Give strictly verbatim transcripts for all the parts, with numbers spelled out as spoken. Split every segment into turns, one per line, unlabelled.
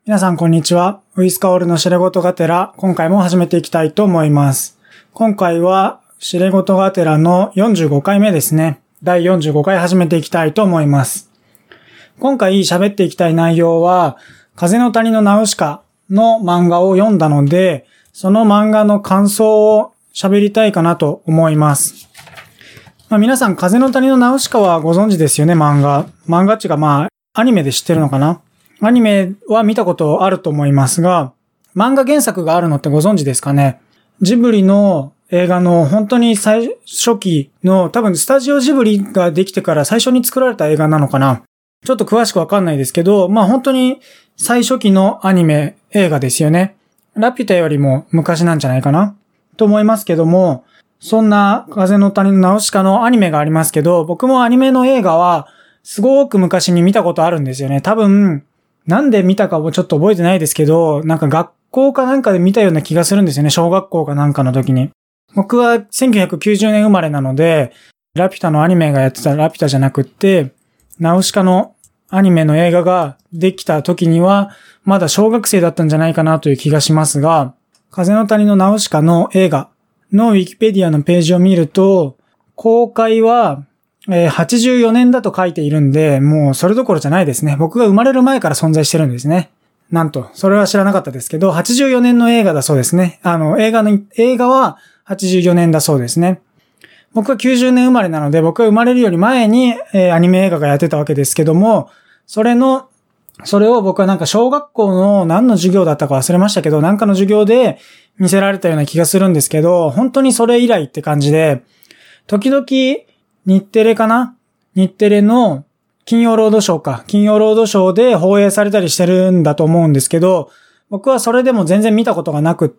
皆さんこんにちは。ウィスカオルのしれごとがてら、今回も始めていきたいと思います。今回はしれごとがてらのよんじゅうごかいめですね。だいよんじゅうごかい始めていきたいと思います。今回喋っていきたい内容は、風の谷のナウシカの漫画を読んだので、その漫画の感想を喋りたいかなと思います。まあ、皆さん風の谷のナウシカはご存知ですよね、漫画。漫画っちがまあ、アニメで知ってるのかな。アニメは見たことあると思いますが、漫画原作があるのってご存知ですかね。ジブリの映画の本当に最初期の、多分スタジオジブリができてから最初に作られた映画なのかな。ちょっと詳しくわかんないですけど、まあ本当に最初期のアニメ映画ですよね。ラピュタよりも昔なんじゃないかなと思いますけども、そんな風の谷のナウシカのアニメがありますけど、僕もアニメの映画はすごく昔に見たことあるんですよね。多分、なんで見たかもちょっと覚えてないですけど、なんか学校かなんかで見たような気がするんですよね。小学校かなんかの時に。僕はせんきゅうひゃくきゅうじゅうねん生まれなので、ラピュタのアニメがやってたラピュタじゃなくって、ナウシカのアニメの映画ができた時には、まだ小学生だったんじゃないかなという気がしますが、風の谷のナウシカの映画のウィキペディアのページを見ると、公開は、えー、はちじゅうよねんだと書いているんで、もうそれどころじゃないですね。僕が生まれる前から存在してるんですね。なんと、それは知らなかったですけど、はちじゅうよねんの映画だそうですね。あの、映画の、映画ははちじゅうよねんだそうですね。僕はきゅうじゅうねん生まれなので、僕が生まれるより前に、えー、アニメ映画がやってたわけですけども、それの、それを僕はなんか小学校の何の授業だったか忘れましたけど、なんかの授業で見せられたような気がするんですけど、本当にそれ以来って感じで、時々、日テレかな？日テレの金曜ロードショーか。金曜ロードショーで放映されたりしてるんだと思うんですけど、僕はそれでも全然見たことがなくって、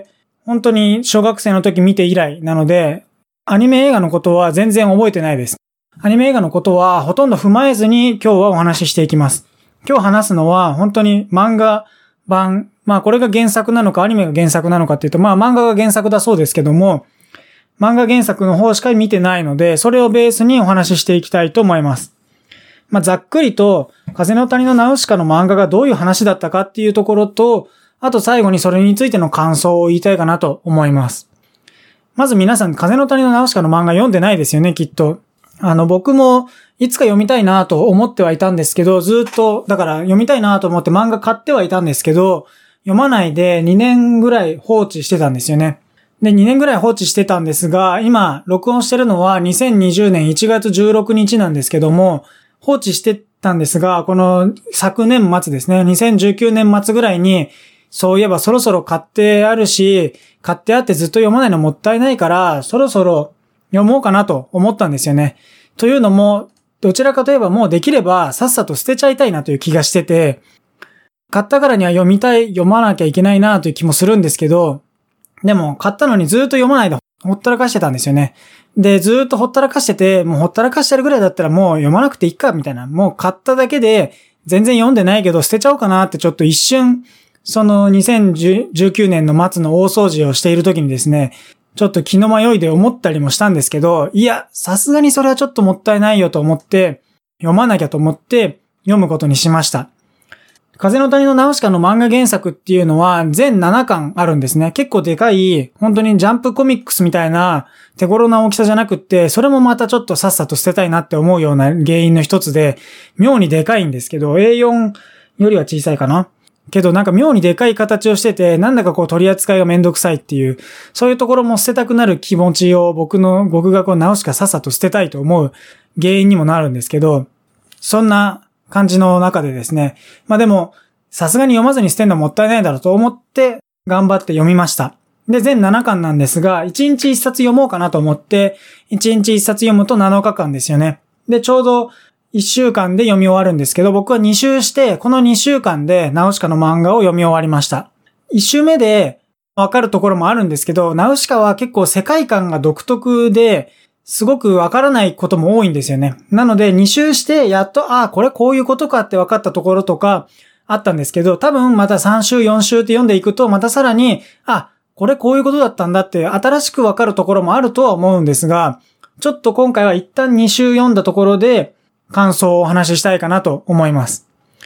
本当に小学生の時見て以来なので、アニメ映画のことは全然覚えてないです。アニメ映画のことはほとんど踏まえずに今日はお話ししていきます。今日話すのは本当に漫画版、まあこれが原作なのかアニメが原作なのかっていうと、まあ漫画が原作だそうですけども、漫画原作の方しか見てないので、それをベースにお話ししていきたいと思います。まあ、ざっくりと、風の谷のナウシカの漫画がどういう話だったかっていうところと、あと最後にそれについての感想を言いたいかなと思います。まず皆さん、風の谷のナウシカの漫画読んでないですよね、きっと。あの、僕もいつか読みたいなと思ってはいたんですけど、ずっと、だから読みたいなと思って漫画買ってはいたんですけど、読まないでにねんぐらい放置してたんですよね。で、にねんぐらい放置してたんですが、今、録音してるのはにせんにじゅうねんいちがつじゅうろくにちなんですけども、放置してたんですが、この昨年末ですね、にせんじゅうきゅうねん末ぐらいに、そういえばそろそろ買ってあるし、買ってあってずっと読まないのもったいないから、そろそろ読もうかなと思ったんですよね。というのも、どちらかといえばもうできればさっさと捨てちゃいたいなという気がしてて、買ったからには読みたい、読まなきゃいけないなという気もするんですけど、でも、買ったのにずっと読まないでほったらかしてたんですよね。で、ずっとほったらかしてて、もうほったらかしてるぐらいだったらもう読まなくていいか、みたいな。もう買っただけで、全然読んでないけど捨てちゃおうかなってちょっと一瞬、そのにせんじゅうきゅうねんの末の大掃除をしている時にですね、ちょっと気の迷いで思ったりもしたんですけど、いや、さすがにそれはちょっともったいないよと思って、読まなきゃと思って読むことにしました。風の谷のナウシカの漫画原作っていうのは全ななかんあるんですね。結構でかい、本当にジャンプコミックスみたいな手頃な大きさじゃなくって、それもまたちょっとさっさと捨てたいなって思うような原因の一つで、妙にでかいんですけど、エーよん よりは小さいかな。けどなんか妙にでかい形をしてて、なんだかこう取り扱いがめんどくさいっていう、そういうところも捨てたくなる気持ちを僕の、僕がこうナウシカさっさと捨てたいと思う原因にもなるんですけど、そんな感じの中でですね。まあでも、さすがに読まずに捨てるのもったいないだろうと思って頑張って読みました。で、全ななかんなんですが、いちにちいっさつ読もうかなと思って、いちにちいっさつ読むとなのかかんですよね。で、ちょうどいっしゅうかんで読み終わるんですけど、僕はに週して、このにしゅうかんでナウシカの漫画を読み終わりました。いっ週目でわかるところもあるんですけど、ナウシカは結構世界観が独特で、すごくわからないことも多いんですよね。なのでに週してやっと、ああ、これこういうことかってわかったところとかあったんですけど、多分またさん週よん週って読んでいくと、またさらに、あ、これこういうことだったんだって新しくわかるところもあるとは思うんですが、ちょっと今回は一旦に週読んだところで感想をお話ししたいかなと思います。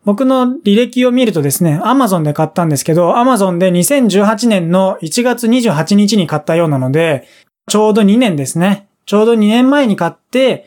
僕の履歴を見るとですね、Amazon で買ったんですけど、Amazon でにせんじゅうはちねんのいちがつにじゅうはちにちに買ったようなので、ちょうどにねんですね。ちょうどにねんまえに買って、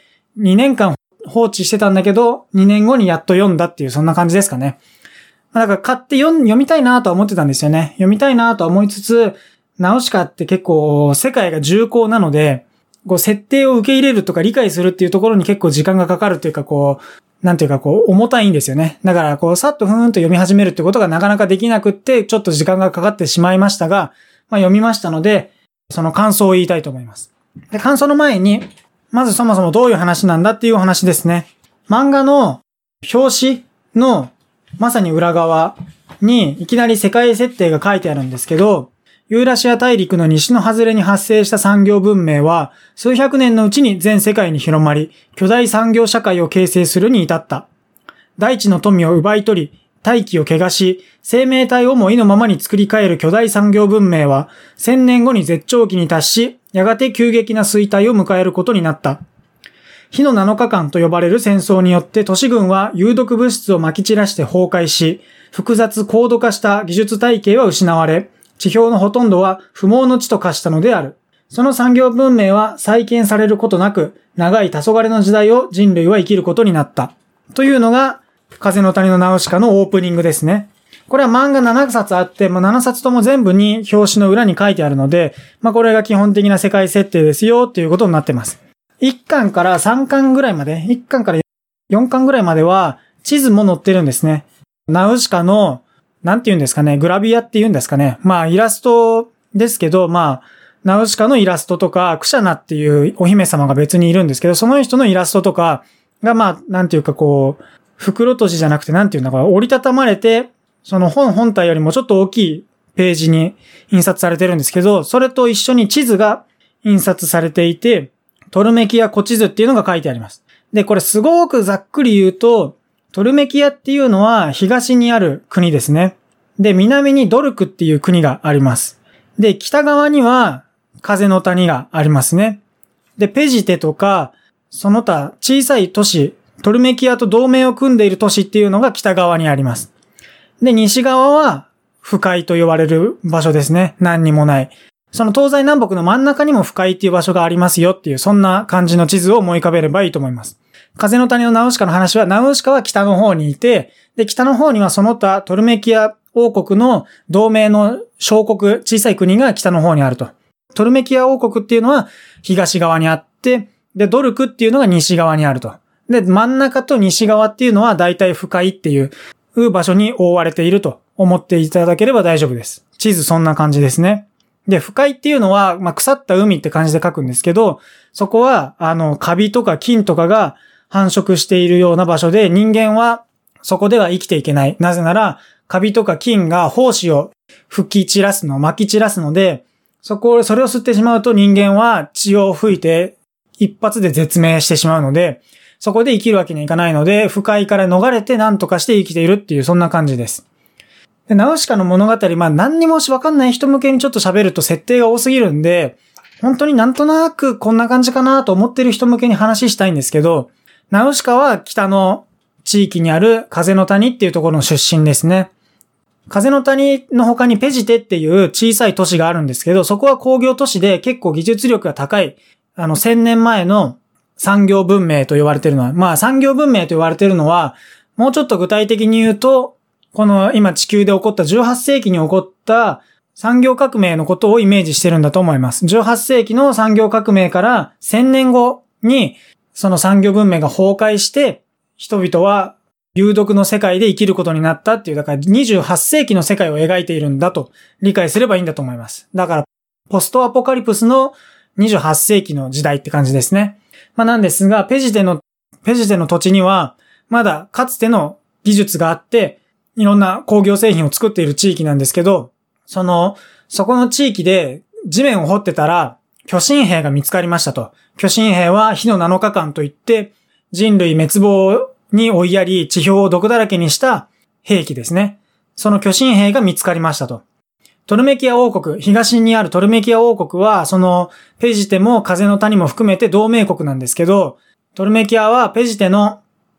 にねんかん放置してたんだけど、にねんごにやっと読んだっていうそんな感じですかね。だから買って読みたいなとは思ってたんですよね。読みたいなとは思いつつ、ナウシカって結構世界が重厚なので、こう設定を受け入れるとか理解するっていうところに結構時間がかかるというかこう、なんていうかこう重たいんですよね。だからこうさっとふーんと読み始めるってことがなかなかできなくってちょっと時間がかかってしまいましたが、まあ読みましたので、その感想を言いたいと思います。で、感想の前に、まずそもそもどういう話なんだっていうお話ですね。漫画の表紙のまさに裏側にいきなり世界設定が書いてあるんですけど、ユーラシア大陸の西の外れに発生した産業文明は数百年のうちに全世界に広まり、巨大産業社会を形成するに至った。大地の富を奪い取り、大気を汚し、生命体をも意のままに作り変える巨大産業文明は千年後に絶頂期に達し、やがて急激な衰退を迎えることになった。火のなのかかんと呼ばれる戦争によって都市軍は有毒物質を撒き散らして崩壊し、複雑高度化した技術体系は失われ、地表のほとんどは不毛の地と化したのである。その産業文明は再建されることなく、長い黄昏の時代を人類は生きることになった。というのが、風の谷のナウシカのオープニングですね。これは漫画ななさつあって、まあ、ななさつとも全部に表紙の裏に書いてあるので、まあ、これが基本的な世界設定ですよっていうことになってます。いっかんからさんかんぐらいまで、いっかんからよんかんぐらいまでは地図も載ってるんですね。ナウシカの、なんて言うんですかね、グラビアって言うんですかね。まあイラストですけど、まあ、ナウシカのイラストとか、クシャナっていうお姫様が別にいるんですけど、その人のイラストとかがまあ、なんていうかこう、袋閉じじゃなくてなんていうんだか、折りたたまれて、その本本体よりもちょっと大きいページに印刷されてるんですけど、それと一緒に地図が印刷されていて、トルメキア古地図っていうのが書いてあります。で、これすごくざっくり言うと、トルメキアっていうのは東にある国ですね。で、南にドルクっていう国があります。で、北側には風の谷がありますね。で、ペジテとか、その他小さい都市、トルメキアと同盟を組んでいる都市っていうのが北側にあります。で、西側は不海と呼ばれる場所ですね。何にもない。その東西南北の真ん中にも不海っていう場所がありますよっていう、そんな感じの地図を思い浮かべればいいと思います。風の谷のナウシカの話は、ナウシカは北の方にいて、で、北の方にはその他トルメキア王国の同盟の小国、小さい国が北の方にあると。トルメキア王国っていうのは東側にあって、で、ドルクっていうのが西側にあると。で、真ん中と西側っていうのは大体不海っていう場所に覆われていると思っていただければ大丈夫です。地図そんな感じですね。で、不海っていうのは、まあ、腐った海って感じで書くんですけど、そこは、あの、カビとか菌とかが繁殖しているような場所で、人間はそこでは生きていけない。なぜなら、カビとか菌が胞子を吹き散らすの、撒き散らすので、そこを、それを吸ってしまうと人間は血を吹いて一発で絶命してしまうので、そこで生きるわけにはいかないので、不海から逃れて何とかして生きているっていう、そんな感じです。で、ナウシカの物語、まあ何にもわかんない人向けにちょっと喋ると設定が多すぎるんで、本当になんとなくこんな感じかなと思ってる人向けに話したいんですけど、ナウシカは北の地域にある風の谷っていうところの出身ですね。風の谷の他にペジテっていう小さい都市があるんですけど、そこは工業都市で結構技術力が高い、あのせんねんまえの産業文明と呼ばれているのは、まあ産業文明と呼ばれているのは、もうちょっと具体的に言うと、この今地球で起こったじゅうはっせいきに起こった産業革命のことをイメージしてるんだと思います。じゅうはっせいきの産業革命からせんねんごにその産業文明が崩壊して人々は有毒の世界で生きることになったっていう、だからにじゅうはっせいきの世界を描いているんだと理解すればいいんだと思います。だからポストアポカリプスのにじゅうはっせいきの時代って感じですね。まあなんですが、ペジテの、ペジテの土地にはまだかつての技術があって、いろんな工業製品を作っている地域なんですけど、その、そこの地域で地面を掘ってたら巨神兵が見つかりましたと。巨神兵は火のなのかかんといって人類滅亡に追いやり地表を毒だらけにした兵器ですね。その巨神兵が見つかりましたと。トルメキア王国、東にあるトルメキア王国はそのペジテも風の谷も含めて同盟国なんですけど、トルメキアはペジテの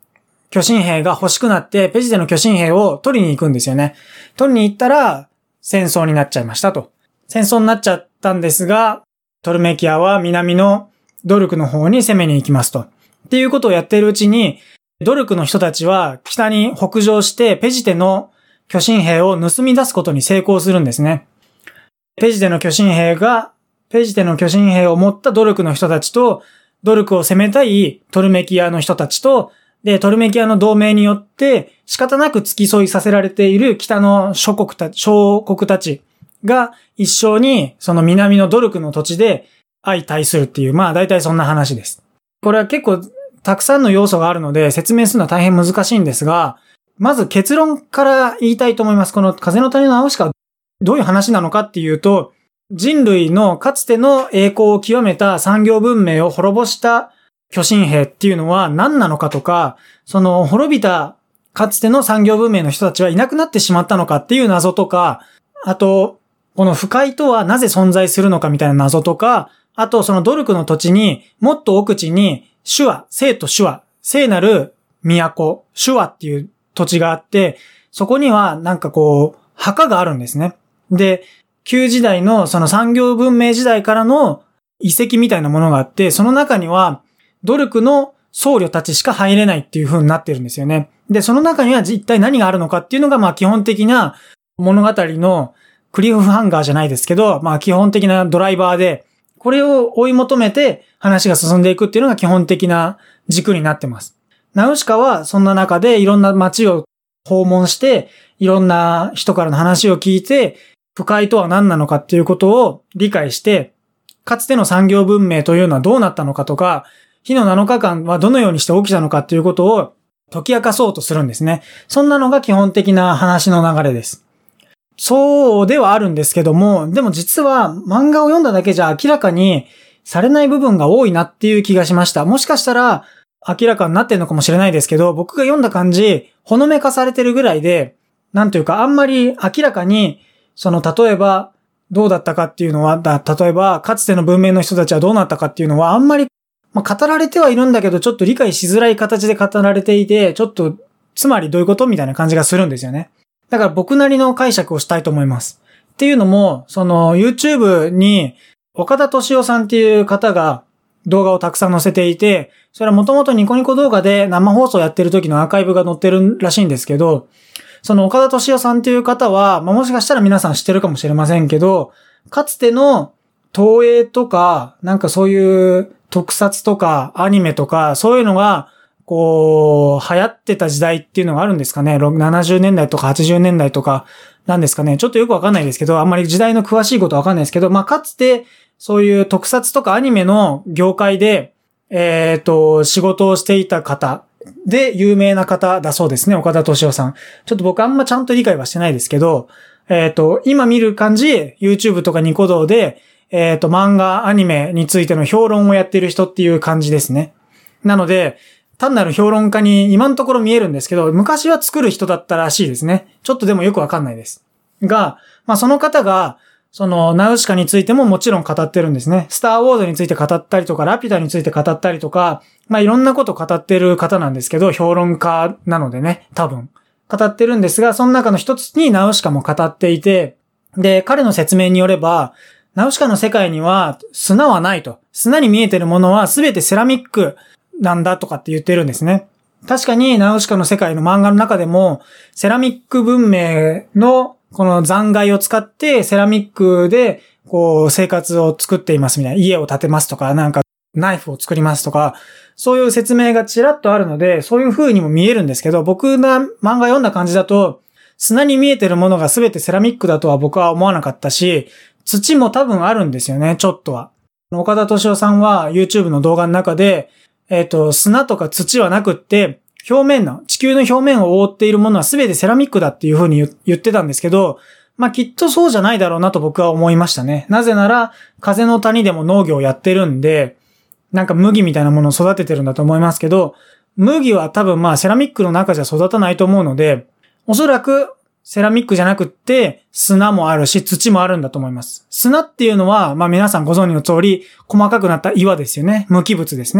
巨神兵が欲しくなって、ペジテの巨神兵を取りに行くんですよね。取りに行ったら、戦争になっちゃいましたと。戦争になっちゃったんですが、トルメキアは南のドルクの方に攻めに行きますと。っていうことをやっているうちに、ドルクの人たちは北に北上してペジテの巨神兵を盗み出すことに成功するんですね。ペジテの巨神兵が、ペジテの巨神兵を持ったドルクの人たちと、ドルクを攻めたいトルメキアの人たちと、で、トルメキアの同盟によって仕方なく付き添いさせられている北の諸国たち、小国たちが一緒にその南のドルクの土地で相対するっていう、まあ大体そんな話です。これは結構たくさんの要素があるので説明するのは大変難しいんですが、まず結論から言いたいと思います。この風の谷のナウシカはどういう話なのかっていうと、人類のかつての栄光を極めた産業文明を滅ぼした巨神兵っていうのは何なのかとか、その滅びたかつての産業文明の人たちはいなくなってしまったのかっていう謎とか、あと、この腐海とはなぜ存在するのかみたいな謎とか、あとそのドルクの土地にもっと奥地にシュア、聖とシュア、聖なる都、シュアっていう土地があって、そこにはなんかこう、墓があるんですね。で、旧時代のその産業文明時代からの遺跡みたいなものがあって、その中にはドルクの僧侶たちしか入れないっていう風になってるんですよね。で、その中には一体何があるのかっていうのがまあ基本的な物語のクリフハンガーじゃないですけど、まあ基本的なドライバーで、これを追い求めて話が進んでいくっていうのが基本的な軸になってます。ナウシカはそんな中でいろんな街を訪問して、いろんな人からの話を聞いて、腐海とは何なのかっていうことを理解して、かつての産業文明というのはどうなったのかとか、火のなのかかんはどのようにして起きたのかっていうことを解き明かそうとするんですね。そんなのが基本的な話の流れです。そうではあるんですけども、でも実は漫画を読んだだけじゃ明らかにされない部分が多いなっていう気がしました。もしかしたら明らかになってるのかもしれないですけど、僕が読んだ感じ、ほのめかされてるぐらいで、なんというかあんまり明らかに、その例えばどうだったかっていうのは、だ例えばかつての文明の人たちはどうなったかっていうのはあんまり、まあ、語られてはいるんだけど、ちょっと理解しづらい形で語られていて、ちょっとつまりどういうことみたいな感じがするんですよね。だから僕なりの解釈をしたいと思います。っていうのも、その YouTube に岡田敏夫さんっていう方が動画をたくさん載せていて、それはもともとニコニコ動画で生放送やってる時のアーカイブが載ってるらしいんですけど、その岡田敏夫さんっていう方は、まあ、もしかしたら皆さん知ってるかもしれませんけど、かつての東映とか、なんかそういう特撮とかアニメとか、そういうのがこう、流行ってた時代っていうのがあるんですかね。ななじゅうねんだいとかはちじゅうねんだいとか、なんですかね。ちょっとよくわかんないですけど、あんまり時代の詳しいことわかんないですけど、まあ、かつて、そういう特撮とかアニメの業界で、えっと、仕事をしていた方で有名な方だそうですね。岡田敏夫さん。ちょっと僕あんまちゃんと理解はしてないですけど、えっと、今見る感じ、YouTube とかニコ動で、えっと、漫画、アニメについての評論をやっている人っていう感じですね。なので、単なる評論家に今のところ見えるんですけど、昔は作る人だったらしいですね。ちょっとでもよくわかんないです。が、まあその方が、そのナウシカについてももちろん語ってるんですね。スターウォーズについて語ったりとか、ラピュタについて語ったりとか、まあいろんなことを語ってる方なんですけど、評論家なのでね、多分。語ってるんですが、その中の一つにナウシカも語っていて、で、彼の説明によれば、ナウシカの世界には砂はないと。砂に見えてるものはすべてセラミックなんだとかって言ってるんですね。確かにナウシカの世界の漫画の中でもセラミック文明のこの残骸を使ってセラミックでこう生活を作っていますみたいな、家を建てますとか、なんかナイフを作りますとか、そういう説明がちらっとあるので、そういう風にも見えるんですけど、僕が漫画読んだ感じだと砂に見えてるものが全てセラミックだとは僕は思わなかったし、土も多分あるんですよね、ちょっとは。岡田敏夫さんは YouTube の動画の中でえっと、砂とか土はなくって、表面の、地球の表面を覆っているものは全てセラミックだっていう風に言ってたんですけど、まあ、きっとそうじゃないだろうなと僕は思いましたね。なぜなら、風の谷でも農業をやってるんで、なんか麦みたいなものを育ててるんだと思いますけど、麦は多分まあセラミックの中じゃ育たないと思うので、おそらくセラミックじゃなくって砂もあるし土もあるんだと思います。砂っていうのは、まあ皆さんご存知の通り、細かくなった岩ですよね。無機物ですね。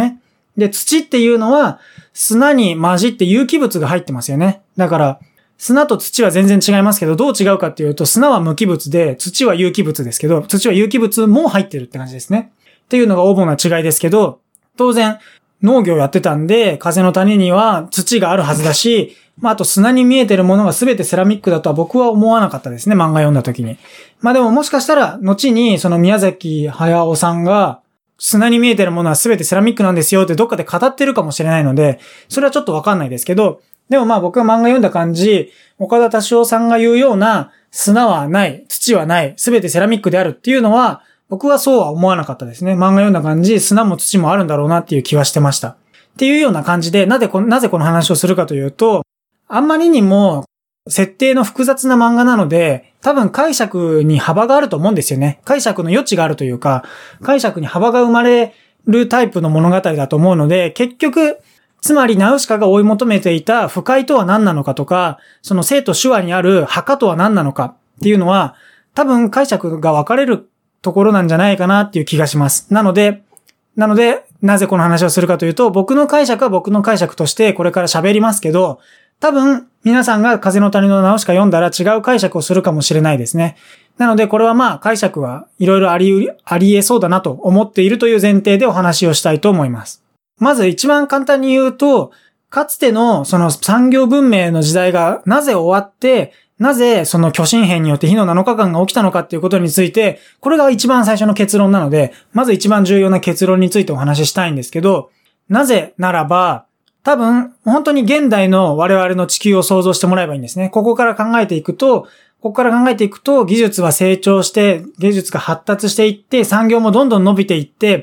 で、土っていうのは砂に混じって有機物が入ってますよね。だから、砂と土は全然違いますけど、どう違うかっていうと、砂は無機物で、土は有機物ですけど、土は有機物も入ってるって感じですね。っていうのが主な違いですけど、当然、農業やってたんで、風の谷には土があるはずだし、まあ、あと砂に見えてるものが全てセラミックだとは僕は思わなかったですね、漫画読んだ時に。まあでももしかしたら、後にその宮崎駿さんが、砂に見えてるものは全てセラミックなんですよってどっかで語ってるかもしれないので、それはちょっとわかんないですけど、でもまあ僕が漫画読んだ感じ、岡田敏夫さんが言うような砂はない、土はない、全てセラミックであるっていうのは、僕はそうは思わなかったですね。漫画読んだ感じ、砂も土もあるんだろうなっていう気はしてました。っていうような感じで、なぜこの、なぜこの話をするかというと、あんまりにも設定の複雑な漫画なので、多分解釈に幅があると思うんですよね。解釈の余地があるというか、解釈に幅が生まれるタイプの物語だと思うので、結局、つまりナウシカが追い求めていた不快とは何なのかとか、その生と死話にある墓とは何なのかっていうのは、多分解釈が分かれるところなんじゃないかなっていう気がします。なので、なので、なぜこの話をするかというと、僕の解釈は僕の解釈としてこれから喋りますけど、多分皆さんが風の谷のナウシカ読んだら違う解釈をするかもしれないですね。なのでこれはまあ解釈はいろいろあり、あり得そうだなと思っているという前提でお話をしたいと思います。まず一番簡単に言うと、かつてのその産業文明の時代がなぜ終わって、なぜその巨神兵によって火のなのかかんが起きたのかっていうことについて、これが一番最初の結論なので、まず一番重要な結論についてお話ししたいんですけど、なぜならば、多分、本当に現代の我々の地球を想像してもらえばいいんですね。ここから考えていくと、ここから考えていくと、技術は成長して、技術が発達していって、産業もどんどん伸びていって、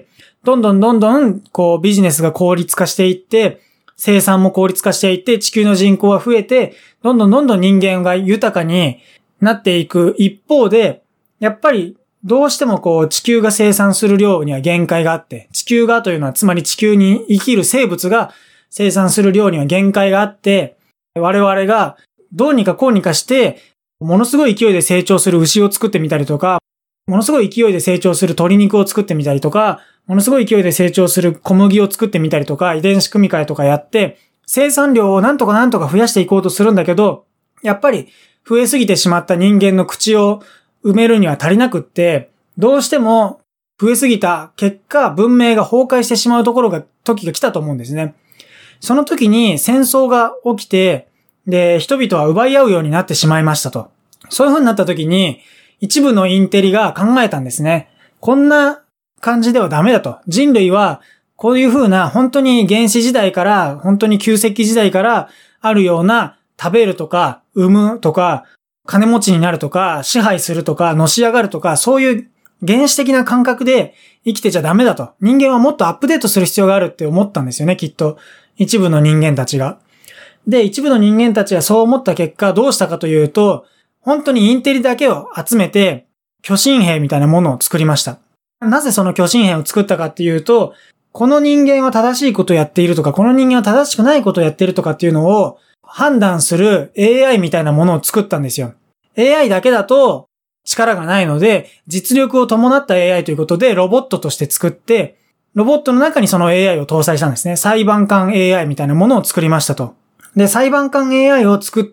どんどんどんどん、こう、ビジネスが効率化していって、生産も効率化していって、地球の人口は増えて、どんどんどんどん人間が豊かになっていく一方で、やっぱりどうしてもこう地球が生産する量には限界があって、地球がというのはつまり地球に生きる生物が生産する量には限界があって、我々がどうにかこうにかして、ものすごい勢いで成長する牛を作ってみたりとか、ものすごい勢いで成長する鶏肉を作ってみたりとか、ものすごい勢いで成長する小麦を作ってみたりとか、遺伝子組み換えとかやって、生産量をなんとかなんとか増やしていこうとするんだけど、やっぱり増えすぎてしまった人間の口を埋めるには足りなくって、どうしても増えすぎた結果、文明が崩壊してしまうところが、時が来たと思うんですね。その時に戦争が起きて、で、人々は奪い合うようになってしまいましたと。そういう風になった時に、一部のインテリが考えたんですね。こんな感じではダメだと。人類はこういう風な本当に原始時代から本当に旧石器時代からあるような食べるとか産むとか金持ちになるとか支配するとかのし上がるとかそういう原始的な感覚で生きてちゃダメだと。人間はもっとアップデートする必要があるって思ったんですよね、きっと。一部の人間たちが。で、一部の人間たちがそう思った結果どうしたかというと、本当にインテリだけを集めて巨神兵みたいなものを作りました。なぜその巨神兵を作ったかっていうと、この人間は正しいことをやっているとか、この人間は正しくないことをやっているとかっていうのを判断する エーアイ みたいなものを作ったんですよ。エーアイ だけだと力がないので、実力を伴った エーアイ ということでロボットとして作って、ロボットの中にその エーアイ を搭載したんですね。裁判官 エーアイ みたいなものを作りましたと。で、裁判官 エーアイ を作って、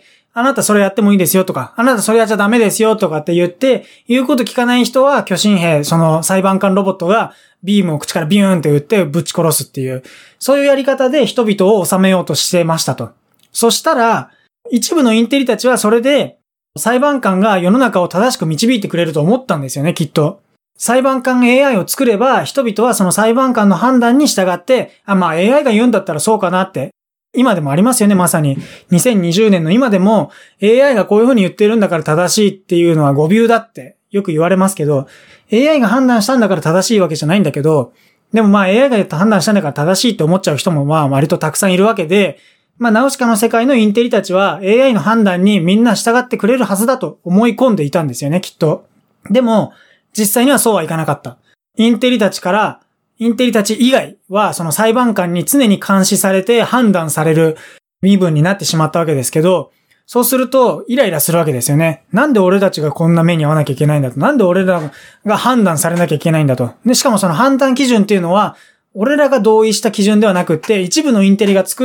あなたそれやってもいいですよとか、あなたそれやっちゃダメですよとかって言って、言うこと聞かない人は巨神兵、その裁判官ロボットがビームを口からビューンって撃ってぶち殺すっていう、そういうやり方で人々を治めようとしてましたと。そしたら、一部のインテリたちはそれで裁判官が世の中を正しく導いてくれると思ったんですよね、きっと。裁判官 エーアイ を作れば人々はその裁判官の判断に従って、あ、まあ エーアイ が言うんだったらそうかなって。今でもありますよね、まさに。にせんにじゅうねんの今でも エーアイ がこういう風に言ってるんだから正しいっていうのは誤謬だってよく言われますけど、エーアイ が判断したんだから正しいわけじゃないんだけど、でもまあ エーアイ が判断したんだから正しいって思っちゃう人もまあ割とたくさんいるわけで、まあナウシカの世界のインテリたちは エーアイ の判断にみんな従ってくれるはずだと思い込んでいたんですよね、きっと。でも、実際にはそうはいかなかった。インテリたちから、インテリたち以外はその裁判官に常に監視されて判断される身分になってしまったわけですけど、そうするとイライラするわけですよね。なんで俺たちがこんな目に遭わなきゃいけないんだと。なんで俺らが判断されなきゃいけないんだと。で、しかもその判断基準っていうのは俺らが同意した基準ではなくって、一部のインテリが作った、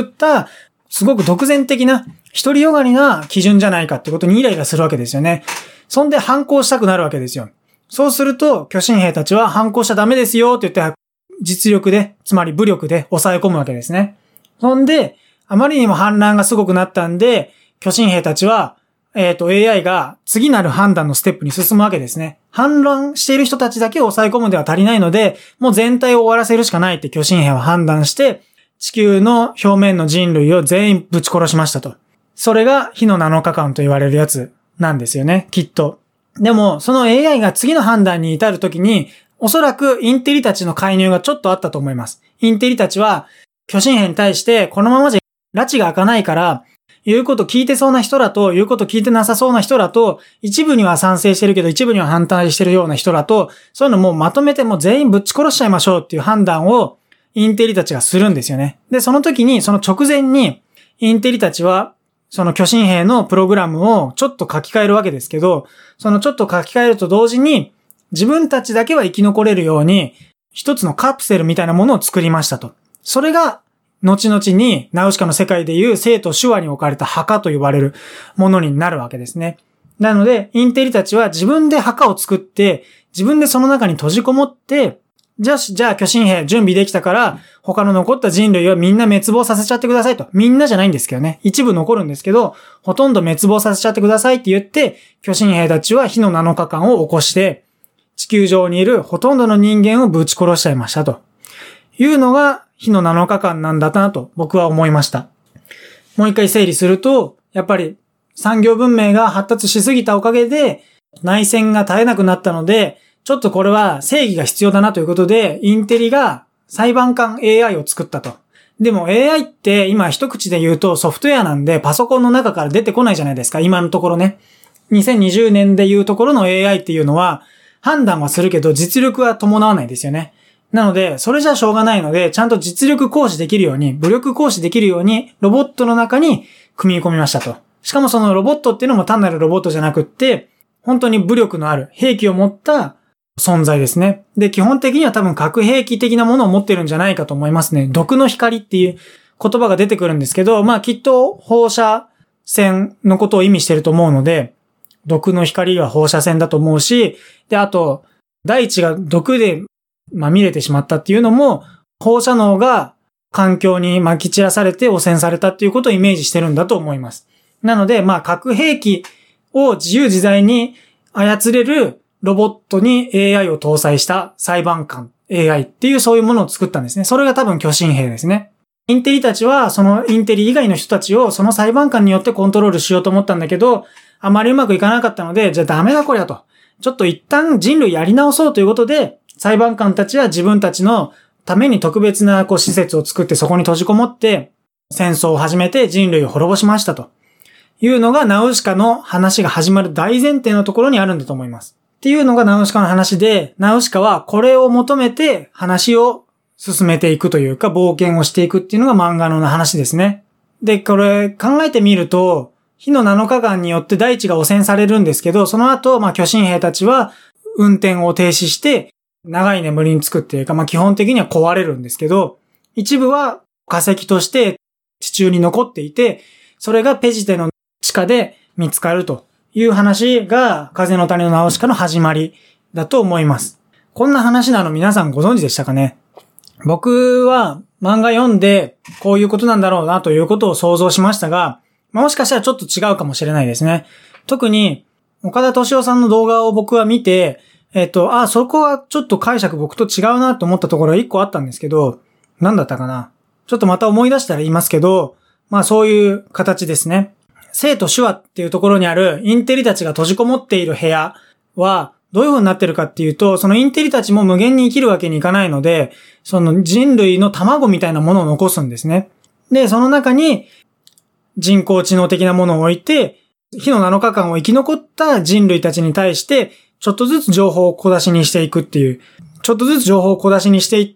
すごく独善的な、独りよがりな基準じゃないかってことにイライラするわけですよね。そんで反抗したくなるわけですよ。そうすると、巨神兵たちは反抗しちゃダメですよって言って、実力で、つまり武力で抑え込むわけですね。そんで、あまりにも反乱がすごくなったんで、巨神兵たちは、えっと、エーアイ が次なる判断のステップに進むわけですね。反乱している人たちだけを抑え込むでは足りないので、もう全体を終わらせるしかないって巨神兵は判断して、地球の表面の人類を全員ぶち殺しましたと。それが火のなのかかんと言われるやつなんですよね、きっと。でも、その エーアイ が次の判断に至るときに、おそらくインテリたちの介入がちょっとあったと思います。インテリたちは、巨神兵に対して、このままじゃ拉致が開かないから、言うこと聞いてそうな人らと、言うこと聞いてなさそうな人らと、一部には賛成してるけど、一部には反対してるような人らと、そういうのもうまとめてもう全員ぶっち殺しちゃいましょうっていう判断を、インテリたちがするんですよね。で、その時に、その直前に、インテリたちは、その巨神兵のプログラムをちょっと書き換えるわけですけど、そのちょっと書き換えると同時に、自分たちだけは生き残れるように、一つのカプセルみたいなものを作りましたと。それが、後々に、ナウシカの世界でいう生と死話に置かれた墓と呼ばれるものになるわけですね。なので、インテリたちは自分で墓を作って、自分でその中に閉じこもって、じゃあ、じゃあ巨神兵準備できたから、他の残った人類をみんな滅亡させちゃってくださいと。みんなじゃないんですけどね。一部残るんですけど、ほとんど滅亡させちゃってくださいって言って、巨神兵たちは火のなのかかんを起こして、地球上にいるほとんどの人間をぶち殺しちゃいましたと。いうのが火のなのかかんなんだなと僕は思いました。もう一回整理すると、やっぱり産業文明が発達しすぎたおかげで、内戦が絶えなくなったので、ちょっとこれは正義が必要だなということで、インテリが裁判官 エーアイ を作ったと。でも エーアイ って今一口で言うとソフトウェアなんでパソコンの中から出てこないじゃないですか、今のところね。にせんにじゅうねんで言うところの エーアイ っていうのは判断はするけど実力は伴わないですよね。なので、それじゃしょうがないので、ちゃんと実力行使できるように、武力行使できるようにロボットの中に組み込みましたと。しかもそのロボットっていうのも単なるロボットじゃなくって、本当に武力のある兵器を持った存在ですね。で、基本的には多分核兵器的なものを持ってるんじゃないかと思いますね。毒の光っていう言葉が出てくるんですけど、まあきっと放射線のことを意味してると思うので、毒の光は放射線だと思うし、で、あと、大地が毒でまみれてしまったっていうのも、放射能が環境に撒き散らされて汚染されたっていうことをイメージしてるんだと思います。なので、まあ核兵器を自由自在に操れるロボットに エーアイ を搭載した裁判官 エーアイ っていうそういうものを作ったんですね。それが多分巨神兵ですね。インテリたちはそのインテリ以外の人たちをその裁判官によってコントロールしようと思ったんだけど、あまりうまくいかなかったので、じゃあダメだこりゃと。ちょっと一旦人類やり直そうということで、裁判官たちは自分たちのために特別なこう施設を作ってそこに閉じこもって戦争を始めて人類を滅ぼしましたというのがナウシカの話が始まる大前提のところにあるんだと思います。っていうのがナウシカの話で、ナウシカはこれを求めて話を進めていくというか冒険をしていくっていうのが漫画の話ですね。で、これ考えてみると、火のなのかかんによって大地が汚染されるんですけど、その後、まあ巨神兵たちは運転を停止して長い眠りにつくっていうか、まあ基本的には壊れるんですけど、一部は化石として地中に残っていて、それがペジテの地下で見つかるという話が風の谷のナウシカの始まりだと思います。こんな話なの皆さんご存知でしたかね？僕は漫画読んでこういうことなんだろうなということを想像しましたが、もしかしたらちょっと違うかもしれないですね。特に岡田斗司夫さんの動画を僕は見て、えっと、あ、そこはちょっと解釈僕と違うなと思ったところが一個あったんですけど、何だったかな。ちょっとまた思い出したら言いますけど、まあそういう形ですね。生と死話っていうところにあるインテリたちが閉じこもっている部屋はどういう風になってるかっていうと、そのインテリたちも無限に生きるわけにいかないので、その人類の卵みたいなものを残すんですね。で、その中に人工知能的なものを置いて、火のなのかかんを生き残った人類たちに対して、ちょっとずつ情報を小出しにしていくっていう、ちょっとずつ情報を小出しにしていって、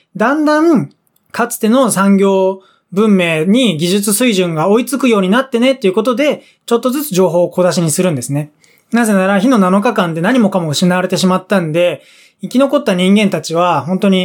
だんだんかつての産業文明に技術水準が追いつくようになってねっていうことで、ちょっとずつ情報を小出しにするんですね。なぜなら火のなのかかんで何もかも失われてしまったんで、生き残った人間たちは本当に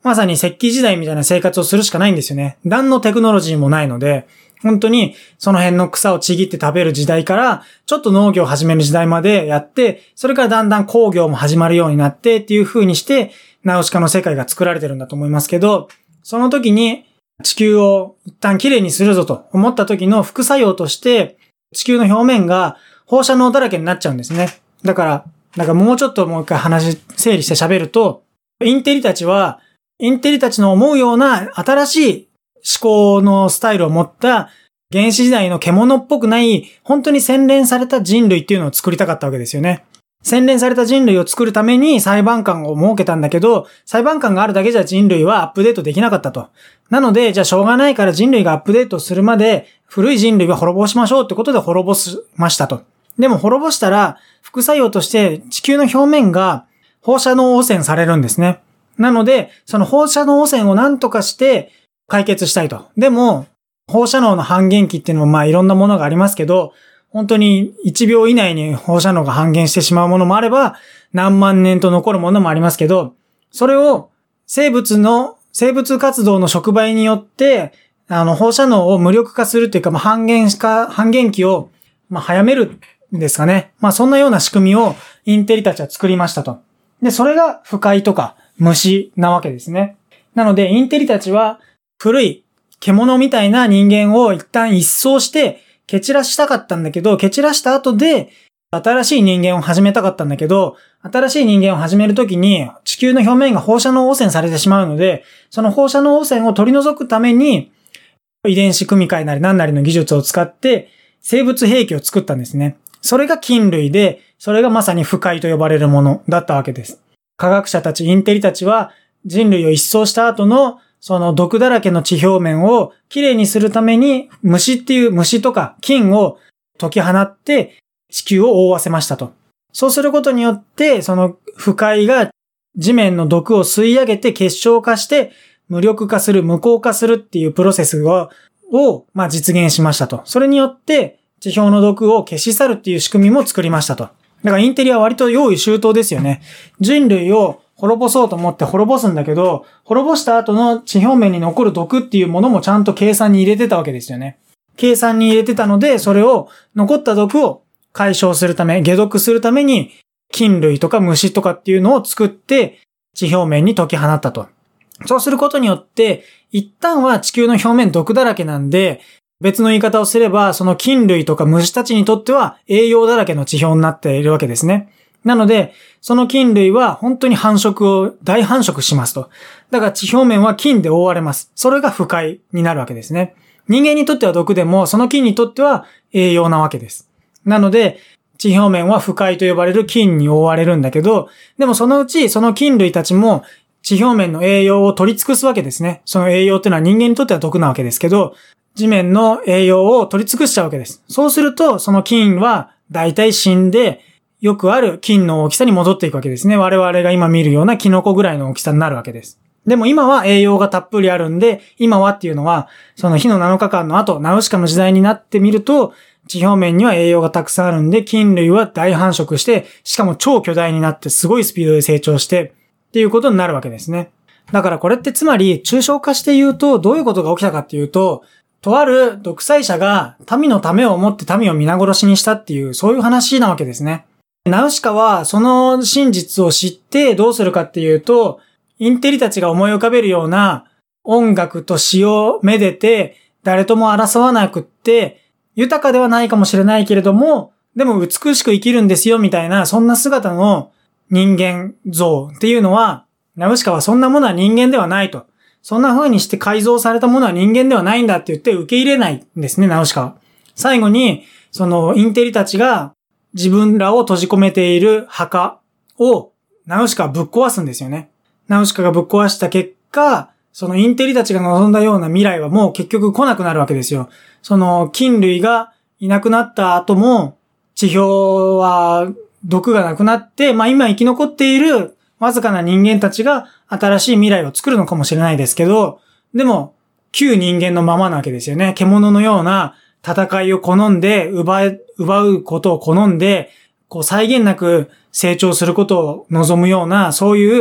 まさに石器時代みたいな生活をするしかないんですよね。何のテクノロジーもないので、本当にその辺の草をちぎって食べる時代から、ちょっと農業を始める時代までやって、それからだんだん工業も始まるようになってっていう風にして、ナウシカの世界が作られてるんだと思いますけど、その時に地球を一旦きれいにするぞと思った時の副作用として、地球の表面が放射能だらけになっちゃうんですね。だから、なんかもうちょっともう一回話整理して喋ると、インテリたちは、インテリたちの思うような新しい思考のスタイルを持った原始時代の獣っぽくない本当に洗練された人類っていうのを作りたかったわけですよね。洗練された人類を作るために裁判官を設けたんだけど、裁判官があるだけじゃ人類はアップデートできなかったと。なので、じゃあしょうがないから人類がアップデートするまで古い人類は滅ぼしましょうってことで滅ぼしましたと。でも滅ぼしたら副作用として地球の表面が放射能汚染されるんですね。なので、その放射能汚染を何とかして解決したいと。でも、放射能の半減期っていうのもまあいろんなものがありますけど、本当にいちびょう以内に放射能が半減してしまうものもあれば、何万年と残るものもありますけど、それを生物の、生物活動の触媒によって、あの、放射能を無力化するというか、まあ、半減化、半減期を、まあ、早めるんですかね。まあ、そんなような仕組みをインテリたちは作りましたと。で、それが腐海とか虫なわけですね。なので、インテリたちは古い獣みたいな人間を一旦一掃して、蹴散らしたかったんだけど、蹴散らした後で、新しい人間を始めたかったんだけど、新しい人間を始めるときに、地球の表面が放射能汚染されてしまうので、その放射能汚染を取り除くために、遺伝子組み換えなり何なりの技術を使って、生物兵器を作ったんですね。それが菌類で、それがまさに腐海と呼ばれるものだったわけです。科学者たち、インテリたちは、人類を一掃した後の、その毒だらけの地表面をきれいにするために虫っていう虫とか菌を解き放って地球を覆わせましたと。そうすることによってその腐海が地面の毒を吸い上げて結晶化して無力化する、無効化するっていうプロセスを、をまあ実現しましたと。それによって地表の毒を消し去るっていう仕組みも作りましたと。だからインテリは割と用意周到ですよね。人類を滅ぼそうと思って滅ぼすんだけど、滅ぼした後の地表面に残る毒っていうものもちゃんと計算に入れてたわけですよね。計算に入れてたので、それを残った毒を解消するため、解毒するために、菌類とか虫とかっていうのを作って、地表面に解き放ったと。そうすることによって、一旦は地球の表面毒だらけなんで、別の言い方をすれば、その菌類とか虫たちにとっては栄養だらけの地表になっているわけですね。なので、その菌類は本当に繁殖を、大繁殖しますと。だから地表面は菌で覆われます。それが腐海になるわけですね。人間にとっては毒でも、その菌にとっては栄養なわけです。なので、地表面は腐海と呼ばれる菌に覆われるんだけど、でもそのうちその菌類たちも地表面の栄養を取り尽くすわけですね。その栄養っていうのは人間にとっては毒なわけですけど、地面の栄養を取り尽くしちゃうわけです。そうすると、その菌は大体死んで、よくある菌の大きさに戻っていくわけですね。我々が今見るようなキノコぐらいの大きさになるわけです。でも今は栄養がたっぷりあるんで、今はっていうのは、その日のなのかかんの後、ナウシカの時代になってみると、地表面には栄養がたくさんあるんで、菌類は大繁殖して、しかも超巨大になってすごいスピードで成長して、っていうことになるわけですね。だからこれってつまり、抽象化して言うと、どういうことが起きたかっていうと、とある独裁者が民のためを思って民を皆殺しにしたっていう、そういう話なわけですね。ナウシカはその真実を知ってどうするかっていうと、インテリたちが思い浮かべるような音楽と詩をめでて誰とも争わなくって豊かではないかもしれないけれども、でも美しく生きるんですよみたいなそんな姿の人間像っていうのは、ナウシカはそんなものは人間ではないと。そんな風にして改造されたものは人間ではないんだって言って受け入れないんですね、ナウシカは。最後にそのインテリたちが自分らを閉じ込めている墓をナウシカはぶっ壊すんですよね。ナウシカがぶっ壊した結果、そのインテリたちが望んだような未来はもう結局来なくなるわけですよ。その菌類がいなくなった後も地表は毒がなくなって、まあ今生き残っているわずかな人間たちが新しい未来を作るのかもしれないですけど、でも旧人間のままなわけですよね。獣のような戦いを好んで、奪え、奪うことを好んで、こう際限なく成長することを望むような、そういう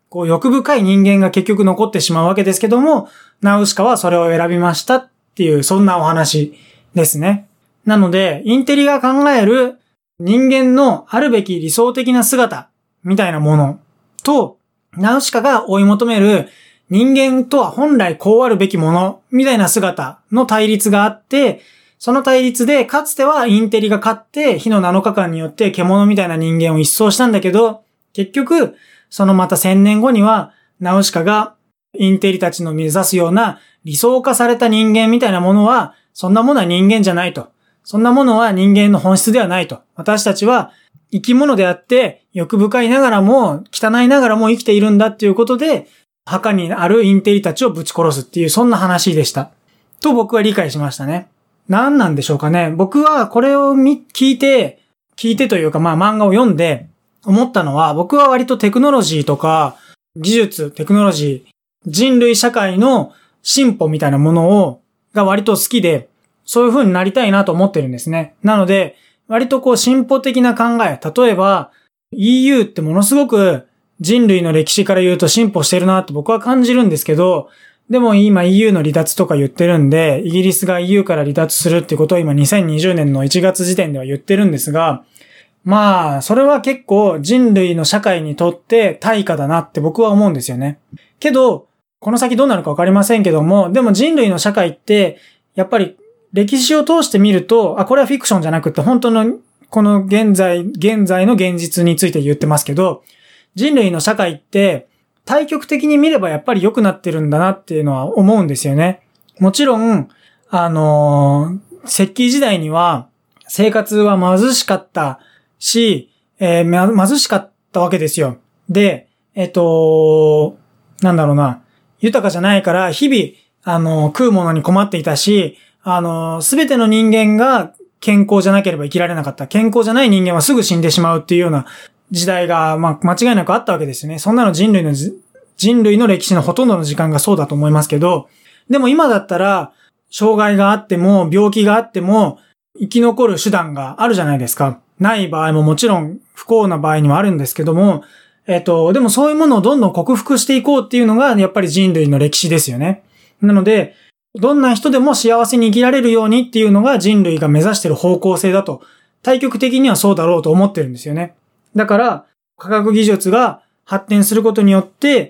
こう欲深い人間が結局残ってしまうわけですけども、ナウシカはそれを選びましたっていう、そんなお話ですね。なので、インテリが考える人間のあるべき理想的な姿みたいなものと、ナウシカが追い求める人間とは本来こうあるべきものみたいな姿の対立があって、その対立でかつてはインテリが勝って火のなのかかんによって獣みたいな人間を一掃したんだけど、結局そのまた千年後にはナウシカがインテリたちの目指すような理想化された人間みたいなものは、そんなものは人間じゃないと。そんなものは人間の本質ではないと。私たちは生き物であって欲深いながらも汚いながらも生きているんだっていうことで、墓にあるインテリたちをぶち殺すっていう、そんな話でした。と僕は理解しましたね。何なんでしょうかね。僕はこれを見聞いて、聞いてというかまあ漫画を読んで思ったのは、僕は割とテクノロジーとか技術、テクノロジー、人類社会の進歩みたいなものを、が割と好きで、そういう風になりたいなと思ってるんですね。なので、割とこう進歩的な考え、例えば イーユー ってものすごく人類の歴史から言うと進歩してるなと僕は感じるんですけど、でも今 イーユー の離脱とか言ってるんで、イギリスが イーユー から離脱するってことを今にせんにじゅうねんのいちがつ時点では言ってるんですが、まあ、それは結構人類の社会にとって対価だなって僕は思うんですよね。けど、この先どうなるかわかりませんけども、でも人類の社会って、やっぱり歴史を通してみると、あ、これはフィクションじゃなくて本当のこの現在、現在の現実について言ってますけど、人類の社会って対極的に見ればやっぱり良くなってるんだなっていうのは思うんですよね。もちろん、あのー、石器時代には生活は貧しかったし、えー、貧しかったわけですよ。で、えっと、なんだろうな、豊かじゃないから日々、あの、食うものに困っていたし、あの、すべての人間が健康じゃなければ生きられなかった。健康じゃない人間はすぐ死んでしまうっていうような時代が、まあ、間違いなくあったわけですよね。そんなの人類の、人類の歴史のほとんどの時間がそうだと思いますけど、でも今だったら、障害があっても、病気があっても、生き残る手段があるじゃないですか。ない場合ももちろん不幸な場合にもあるんですけども、えっと、でもそういうものをどんどん克服していこうっていうのが、やっぱり人類の歴史ですよね。なので、どんな人でも幸せに生きられるようにっていうのが人類が目指している方向性だと、対極的にはそうだろうと思ってるんですよね。だから、科学技術が発展することによって、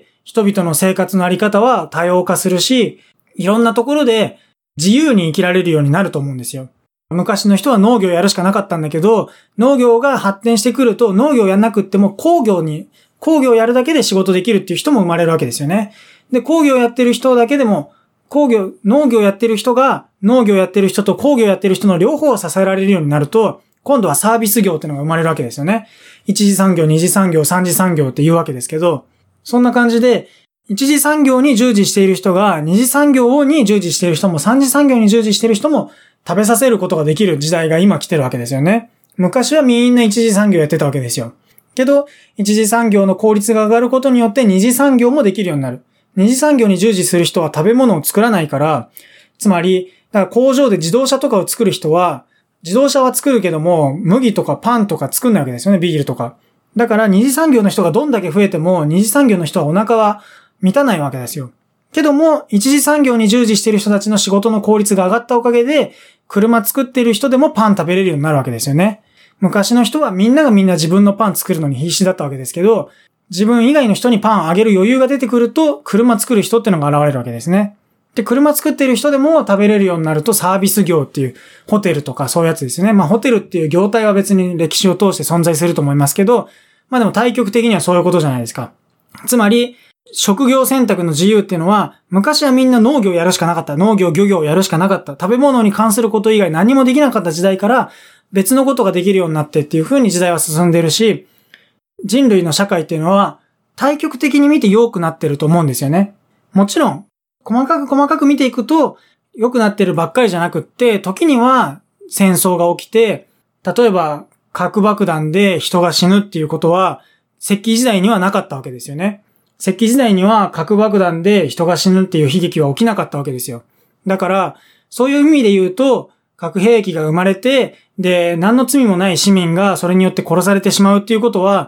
人々の生活のあり方は多様化するし、いろんなところで自由に生きられるようになると思うんですよ。昔の人は農業をやるしかなかったんだけど、農業が発展してくると農業をやんなくっても工業に、工業をやるだけで仕事できるっていう人も生まれるわけですよね。で、工業をやってる人だけでも、工業、農業をやってる人が農業をやってる人と工業をやってる人の両方を支えられるようになると、今度はサービス業っていうのが生まれるわけですよね。一次産業、二次産業、三次産業っていうわけですけど、そんな感じで、一次産業に従事している人が、二次産業に従事している人も、三次産業に従事している人も食べさせることができる時代が今来てるわけですよね。昔はみんな一次産業やってたわけですよ。けど、一次産業の効率が上がることによって二次産業もできるようになる。二次産業に従事する人は食べ物を作らないから、つまり、だから工場で自動車とかを作る人は、自動車は作るけども、麦とかパンとか作んないわけですよね、ビールとか。だから二次産業の人がどんだけ増えても、二次産業の人はお腹は満たないわけですよ。けども、一次産業に従事している人たちの仕事の効率が上がったおかげで、車作っている人でもパン食べれるようになるわけですよね。昔の人はみんながみんな自分のパン作るのに必死だったわけですけど、自分以外の人にパンあげる余裕が出てくると、車作る人ってのが現れるわけですね。で、車作っている人でも食べれるようになるとサービス業っていうホテルとかそういうやつですよね。まあホテルっていう業態は別に歴史を通して存在すると思いますけど、まあでも対極的にはそういうことじゃないですか。つまり、職業選択の自由っていうのは、昔はみんな農業をやるしかなかった。農業、漁業をやるしかなかった。食べ物に関すること以外何もできなかった時代から別のことができるようになってっていう風に時代は進んでいるし、人類の社会っていうのは対極的に見て良くなってると思うんですよね。もちろん、細かく細かく見ていくと良くなってるばっかりじゃなくって、時には戦争が起きて、例えば核爆弾で人が死ぬっていうことは石器時代にはなかったわけですよね。石器時代には核爆弾で人が死ぬっていう悲劇は起きなかったわけですよ。だから、そういう意味で言うと、核兵器が生まれて、で、何の罪もない市民がそれによって殺されてしまうっていうことは、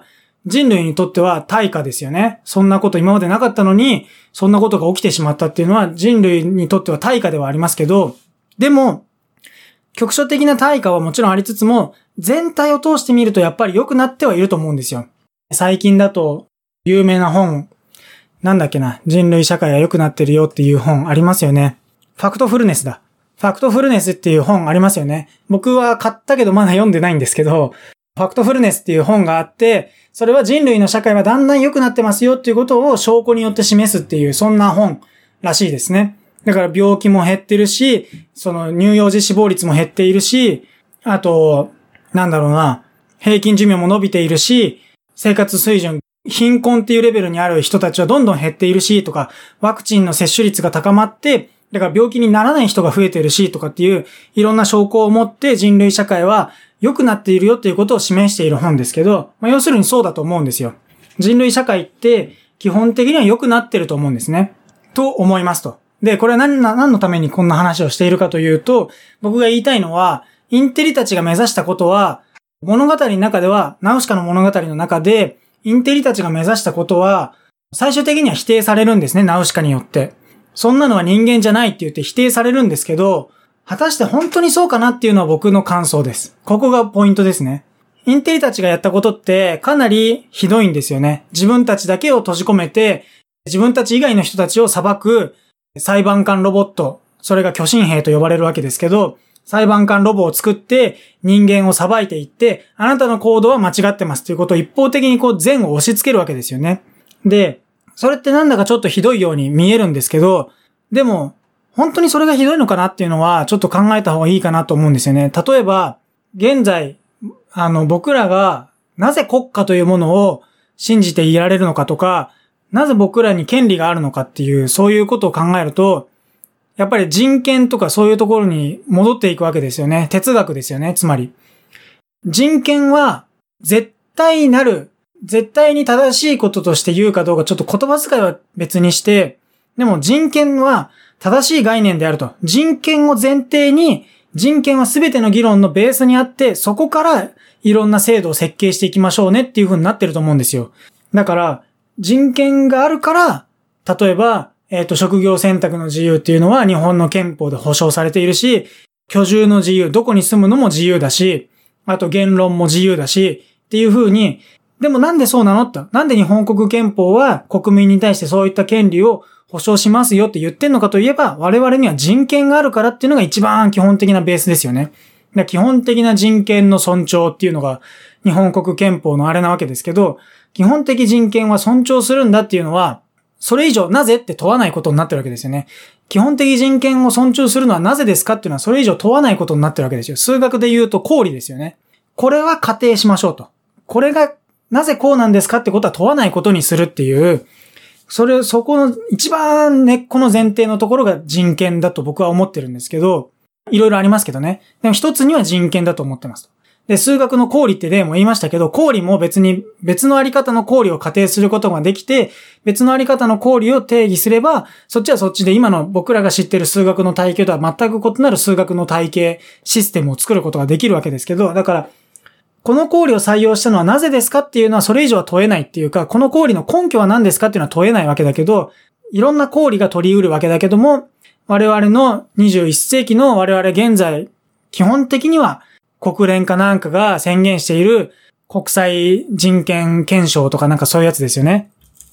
人類にとっては対価ですよね。そんなこと今までなかったのに、そんなことが起きてしまったっていうのは人類にとっては対価ではありますけど、でも、局所的な対価はもちろんありつつも、全体を通してみるとやっぱり良くなってはいると思うんですよ。最近だと、有名な本、なんだっけな、人類社会が良くなってるよっていう本ありますよね。ファクトフルネスだ。ファクトフルネスっていう本ありますよね。僕は買ったけどまだ読んでないんですけど、ファクトフルネスっていう本があって、それは人類の社会はだんだん良くなってますよっていうことを証拠によって示すっていう、そんな本らしいですね。だから病気も減ってるし、その乳幼児死亡率も減っているし、あと、なんだろうな、平均寿命も伸びているし、生活水準、貧困っていうレベルにある人たちはどんどん減っているし、とか、ワクチンの接種率が高まって、だから病気にならない人が増えているし、とかっていう、いろんな証拠を持って人類社会は良くなっているよっていうことを示している本ですけど、まあ、要するにそうだと思うんですよ。人類社会って基本的には良くなってると思うんですね。と思いますと。で、これは何、何のためにこんな話をしているかというと、僕が言いたいのは、インテリたちが目指したことは、物語の中では、ナウシカの物語の中で、インテリたちが目指したことは、最終的には否定されるんですね、ナウシカによって。そんなのは人間じゃないって言って否定されるんですけど、果たして本当にそうかなっていうのは僕の感想です。ここがポイントですね。インテリたちがやったことってかなりひどいんですよね。自分たちだけを閉じ込めて、自分たち以外の人たちを裁く裁判官ロボット、それが巨神兵と呼ばれるわけですけど、裁判官ロボを作って人間を裁いていって、あなたの行動は間違ってますということを一方的にこう善を押し付けるわけですよね。で、それってなんだかちょっとひどいように見えるんですけど、でも本当にそれがひどいのかなっていうのはちょっと考えた方がいいかなと思うんですよね。例えば、現在、あの僕らがなぜ国家というものを信じていられるのかとか、なぜ僕らに権利があるのかっていう、そういうことを考えると、やっぱり人権とかそういうところに戻っていくわけですよね。哲学ですよね。つまり。人権は絶対なる、絶対に正しいこととして言うかどうかちょっと言葉遣いは別にして、でも人権は正しい概念であると。人権を前提に、人権は全ての議論のベースにあって、そこからいろんな制度を設計していきましょうねっていう風になってると思うんですよ。だから、人権があるから、例えば、えっと、職業選択の自由っていうのは日本の憲法で保障されているし、居住の自由、どこに住むのも自由だし、あと言論も自由だし、っていう風に、でもなんでそうなのって、なんで日本国憲法は国民に対してそういった権利を保障しますよって言ってんのかといえば、我々には人権があるからっていうのが一番基本的なベースですよね。で基本的な人権の尊重っていうのが日本国憲法のあれなわけですけど、基本的人権は尊重するんだっていうのは、それ以上なぜって問わないことになってるわけですよね。基本的人権を尊重するのはなぜですかっていうのはそれ以上問わないことになってるわけですよ。数学で言うと公理ですよね。これは仮定しましょうと。これがなぜこうなんですかってことは問わないことにするっていう、それ、そこの一番根っこの前提のところが人権だと僕は思ってるんですけど、いろいろありますけどね。でも一つには人権だと思ってます。で、数学の公理って例も言いましたけど、公理も別に別のあり方の公理を仮定することができて、別のあり方の公理を定義すれば、そっちはそっちで今の僕らが知っている数学の体系とは全く異なる数学の体系、システムを作ることができるわけですけど、だから、この公理を採用したのはなぜですかっていうのはそれ以上は問えないっていうか、この公理の根拠は何ですかっていうのは問えないわけだけど、いろんな公理が取り得るわけだけども、我々のにじゅういっ世紀の我々現在、基本的には国連かなんかが宣言している国際人権憲章とかなんかそういうやつですよね。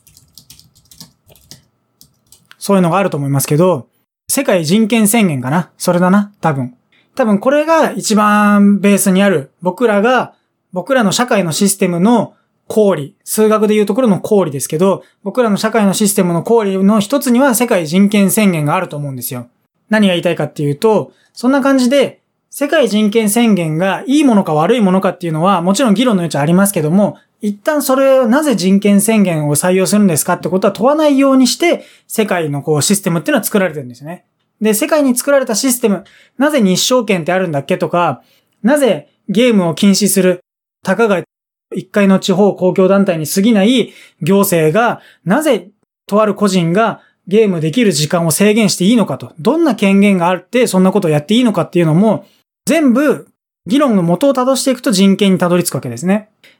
そういうのがあると思いますけど、世界人権宣言かな？それだな、多分。多分これが一番ベースにある僕らが僕らの社会のシステムの公理、数学でいうところの公理ですけど、僕らの社会のシステムの公理の一つには世界人権宣言があると思うんですよ。何が言いたいかっていうと、そんな感じで世界人権宣言がいいものか悪いものかっていうのはもちろん議論の余地ありますけども、一旦それをなぜ人権宣言を採用するんですかってことは問わないようにして世界のこうシステムっていうのは作られてるんですよね。で、世界に作られたシステム、なぜ日照権ってあるんだっけとか、なぜゲームを禁止するたかが一回の地方公共団体に過ぎない行政が、なぜとある個人がゲームできる時間を制限していいのかと、どんな権限があってそんなことをやっていいのかっていうのも、全部議論の元をたどしていくと人権にたどり着くわけですね。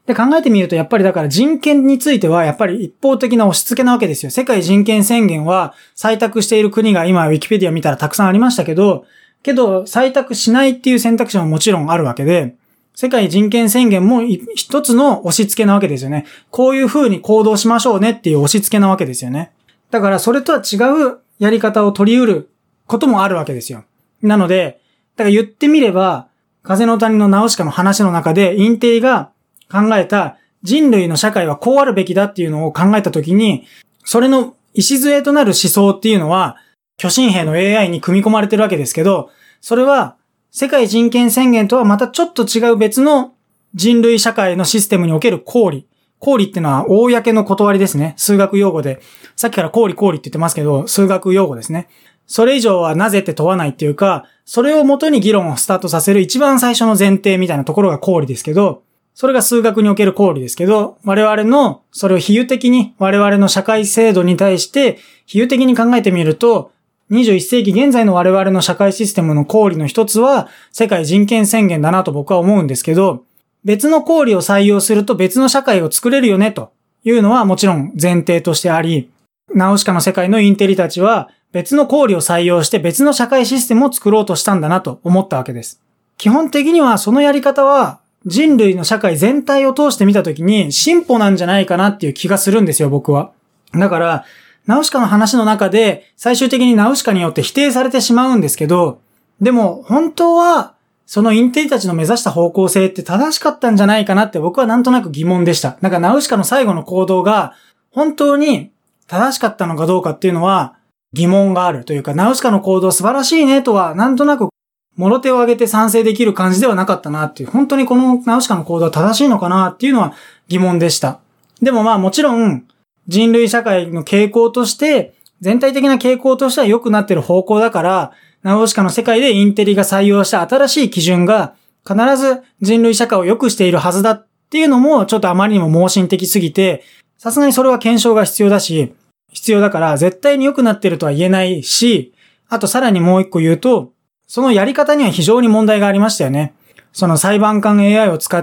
で考えてみるとやっぱりだから人権についてはやっぱり一方的な押し付けなわけですよ。世界人権宣言は採択している国が今ウィキペディア見たらたくさんありましたけど、けど採択しないっていう選択肢ももちろんあるわけで、世界人権宣言も一つの押し付けなわけですよね。こういう風に行動しましょうねっていう押し付けなわけですよね。だからそれとは違うやり方を取り得ることもあるわけですよ。なので、だから言ってみれば、風の谷のナウシカの話の中でインテリが考えた人類の社会はこうあるべきだっていうのを考えたときに、それの礎となる思想っていうのは、巨神兵の エーアイ に組み込まれてるわけですけど、それは世界人権宣言とはまたちょっと違う別の人類社会のシステムにおける公理。公理ってのは公の断りですね。数学用語で。さっきから公理公理って言ってますけど、数学用語ですね。それ以上はなぜって問わないっていうか、それをもとに議論をスタートさせる一番最初の前提みたいなところが公理ですけど、それが数学における公理ですけど、我々の、それを比喩的に、我々の社会制度に対して、比喩的に考えてみると、にじゅういっ世紀現在の我々の社会システムの公理の一つは、世界人権宣言だなと僕は思うんですけど、別の公理を採用すると別の社会を作れるよね、というのはもちろん前提としてあり、ナウシカの世界のインテリたちは、別の公理を採用して別の社会システムを作ろうとしたんだなと思ったわけです。基本的にはそのやり方は、人類の社会全体を通して見たときに進歩なんじゃないかなっていう気がするんですよ、僕は。だから、ナウシカの話の中で最終的にナウシカによって否定されてしまうんですけど、でも本当はそのインテリたちの目指した方向性って正しかったんじゃないかなって僕はなんとなく疑問でした。なんかナウシカの最後の行動が本当に正しかったのかどうかっていうのは疑問があるというか、ナウシカの行動素晴らしいねとはなんとなくもろ手を挙げて賛成できる感じではなかったなっていう、本当にこのナウシカの行動は正しいのかなっていうのは疑問でした。でもまあもちろん人類社会の傾向として、全体的な傾向としては良くなってる方向だから、ナウシカの世界でインテリが採用した新しい基準が必ず人類社会を良くしているはずだっていうのもちょっとあまりにも盲信的すぎて、さすがにそれは検証が必要だし、必要だから絶対に良くなってるとは言えないし、あとさらにもう一個言うと、そのやり方には非常に問題がありましたよね。その裁判官 エーアイ を使って、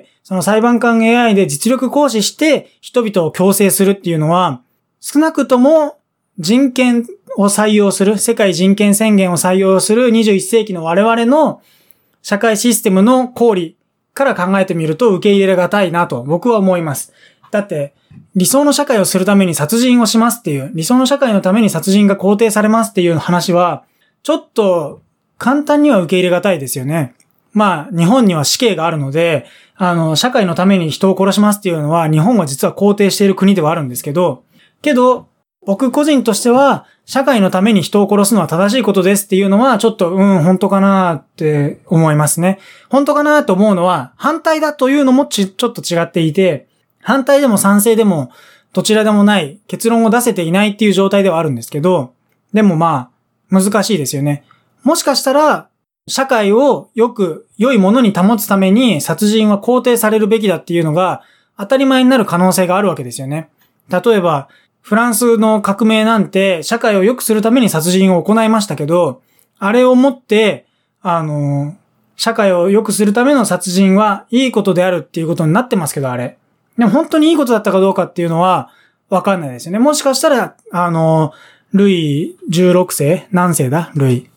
その裁判官 エーアイ で実力行使して人々を強制するっていうのは、少なくとも人権を採用する、世界人権宣言を採用するにじゅういっ世紀の我々の社会システムの公理から考えてみると受け入れがたいなと僕は思います。だって理想の社会をするために殺人をしますっていう、理想の社会のために殺人が肯定されますっていう話は、ちょっと簡単には受け入れがたいですよね。まあ日本には死刑があるので、あの社会のために人を殺しますっていうのは日本は実は肯定している国ではあるんですけど、けど僕個人としては社会のために人を殺すのは正しいことですっていうのはちょっとうん本当かなって思いますね。本当かなと思うのは反対だというのもちちょっと違っていて、反対でも賛成でもどちらでもない結論を出せていないっていう状態ではあるんですけど、でもまあ難しいですよね。もしかしたら社会をよく良いものに保つために殺人は肯定されるべきだっていうのが当たり前になる可能性があるわけですよね。例えばフランスの革命なんて社会を良くするために殺人を行いましたけど、あれをもってあの社会を良くするための殺人はいいことであるっていうことになってますけど、あれでも本当にいいことだったかどうかっていうのはわかんないですよね。もしかしたらあのルイじゅうろく世何世だルイ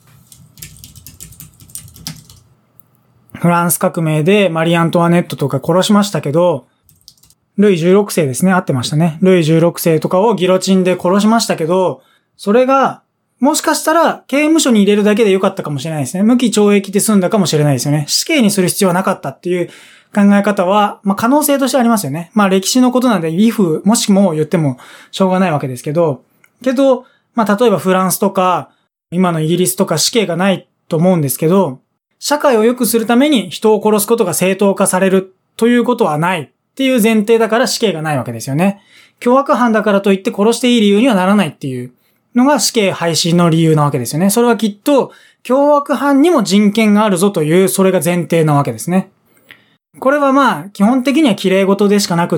フランス革命でマリー・アントワネットとか殺しましたけど、ルイじゅうろく世ですね。合ってましたね。ルイじゅうろく世とかをギロチンで殺しましたけど、それが、もしかしたら刑務所に入れるだけでよかったかもしれないですね。無期懲役で済んだかもしれないですよね。死刑にする必要はなかったっていう考え方は、まあ可能性としてありますよね。まあ歴史のことなんで、if もしも言ってもしょうがないわけですけど、けど、まあ例えばフランスとか、今のイギリスとか死刑がないと思うんですけど、社会を良くするために人を殺すことが正当化されるということはないっていう前提だから死刑がないわけですよね。凶悪犯だからといって殺していい理由にはならないっていうのが死刑廃止の理由なわけですよね。それはきっと凶悪犯にも人権があるぞという、それが前提なわけですね。これはまあ基本的には綺麗事でしかなくって、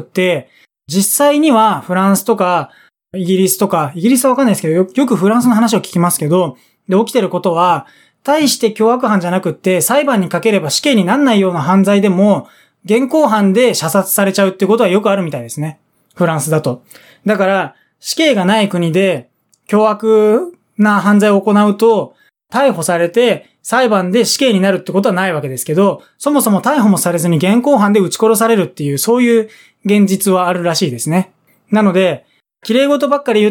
実際にはフランスとかイギリスとか、イギリスはわかんないですけど、よ、よくフランスの話を聞きますけど、で起きてることは、対して凶悪犯じゃなくって裁判にかければ死刑にならないような犯罪でも現行犯で射殺されちゃうってことはよくあるみたいですね。フランスだと。だから、死刑がない国で凶悪な犯罪を行うと、逮捕されて裁判で死刑になるってことはないわけですけど、そもそも逮捕もされずに現行犯で撃ち殺されるっていう、そういう現実はあるらしいですね。なので、綺麗事ばっかり言って、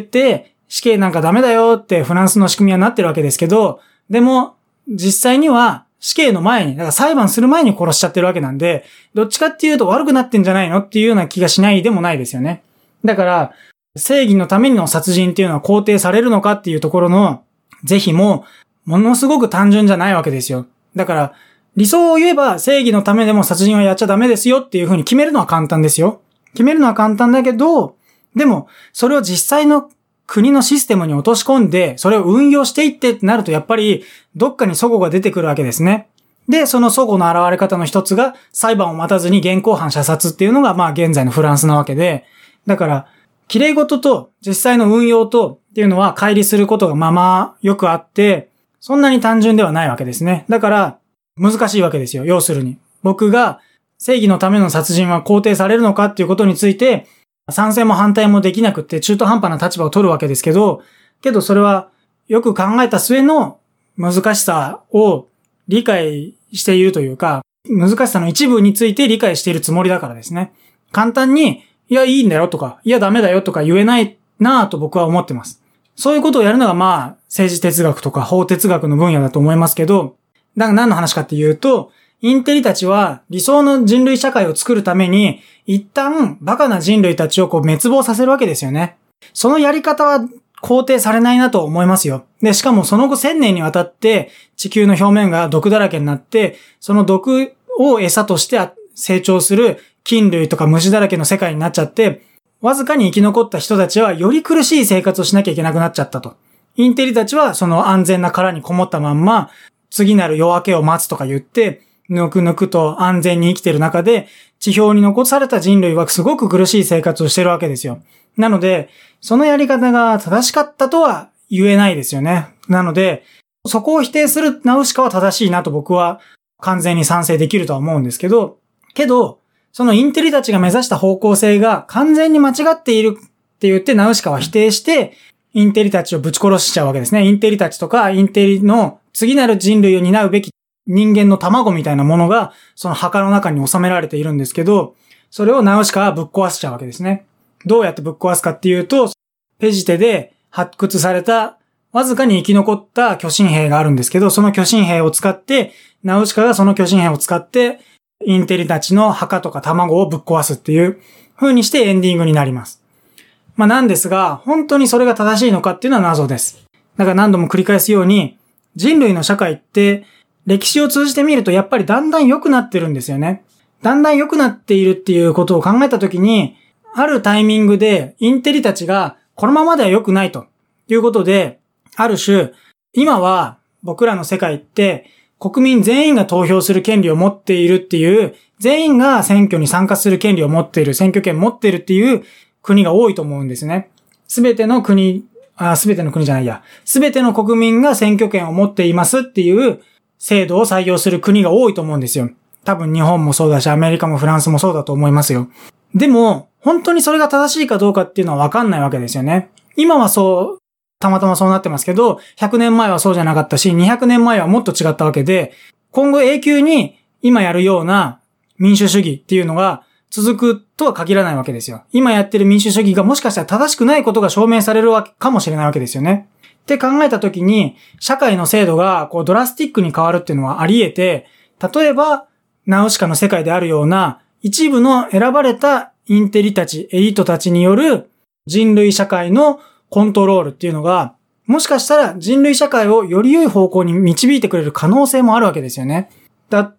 死刑なんかダメだよってフランスの仕組みはなってるわけですけど、でも、実際には死刑の前に、だから裁判する前に殺しちゃってるわけなんで、どっちかっていうと悪くなってんじゃないのっていうような気がしないでもないですよね。だから、正義のための殺人っていうのは肯定されるのかっていうところの是非も、ものすごく単純じゃないわけですよ。だから、理想を言えば正義のためでも殺人はやっちゃダメですよっていう風に決めるのは簡単ですよ。決めるのは簡単だけど、でも、それを実際の国のシステムに落とし込んで、それを運用していってってなると、やっぱり、どっかに齟齬が出てくるわけですね。で、その齟齬の現れ方の一つが、裁判を待たずに現行犯射殺っていうのが、まあ現在のフランスなわけで、だから、綺麗事と実際の運用とっていうのは乖離することがまあまあよくあって、そんなに単純ではないわけですね。だから、難しいわけですよ。要するに。僕が正義のための殺人は肯定されるのかっていうことについて、賛成も反対もできなくって中途半端な立場を取るわけですけど、けどそれはよく考えた末の難しさを理解しているというか、難しさの一部について理解しているつもりだからですね。簡単に、いや、いいんだよとか、いや、ダメだよとか言えないなぁと僕は思ってます。そういうことをやるのがまあ、政治哲学とか法哲学の分野だと思いますけど、だから何の話かっていうと、インテリたちは理想の人類社会を作るために、一旦バカな人類たちをこう滅亡させるわけですよね。そのやり方は肯定されないなと思いますよ。で、しかもその後千年にわたって地球の表面が毒だらけになって、その毒を餌として成長する菌類とか虫だらけの世界になっちゃって、わずかに生き残った人たちはより苦しい生活をしなきゃいけなくなっちゃったと。インテリたちはその安全な殻にこもったまんま、次なる夜明けを待つとか言って、ぬくぬくと安全に生きている中で、地表に残された人類はすごく苦しい生活をしているわけですよ。なので、そのやり方が正しかったとは言えないですよね。なので、そこを否定するナウシカは正しいなと僕は完全に賛成できるとは思うんですけど、けど、そのインテリたちが目指した方向性が完全に間違っているって言ってナウシカは否定して、インテリたちをぶち殺しちゃうわけですね。インテリたちとかインテリの次なる人類を担うべき人間の卵みたいなものがその墓の中に収められているんですけど、それをナウシカはぶっ壊しちゃうわけですね。どうやってぶっ壊すかっていうと、ペジテで発掘されたわずかに生き残った巨神兵があるんですけど、その巨神兵を使って、ナウシカがその巨神兵を使って、インテリたちの墓とか卵をぶっ壊すっていう風にしてエンディングになります。まあなんですが、本当にそれが正しいのかっていうのは謎です。だから何度も繰り返すように、人類の社会って歴史を通じてみるとやっぱりだんだん良くなってるんですよね。だんだん良くなっているっていうことを考えたときに、あるタイミングでインテリたちがこのままでは良くないということで、ある種、今は僕らの世界って国民全員が投票する権利を持っているっていう、全員が選挙に参加する権利を持っている、選挙権持っているっていう国が多いと思うんですね。すべての国、あ、すべての国じゃないや。すべての国民が選挙権を持っていますっていう制度を採用する国が多いと思うんですよ。多分日本もそうだし、アメリカもフランスもそうだと思いますよ。でも、本当にそれが正しいかどうかっていうのはわかんないわけですよね。今はそう、たまたまそうなってますけど、ひゃくねんまえはそうじゃなかったし、にひゃくねんまえはもっと違ったわけで、今後永久に今やるような民主主義っていうのが続くとは限らないわけですよ。今やってる民主主義がもしかしたら正しくないことが証明されるわけかもしれないわけですよね。って考えたときに、社会の制度がこうドラスティックに変わるっていうのはあり得て、例えば、ナウシカの世界であるような一部の選ばれたインテリたち、エリートたちによる人類社会のコントロールっていうのが、もしかしたら人類社会をより良い方向に導いてくれる可能性もあるわけですよね。だって、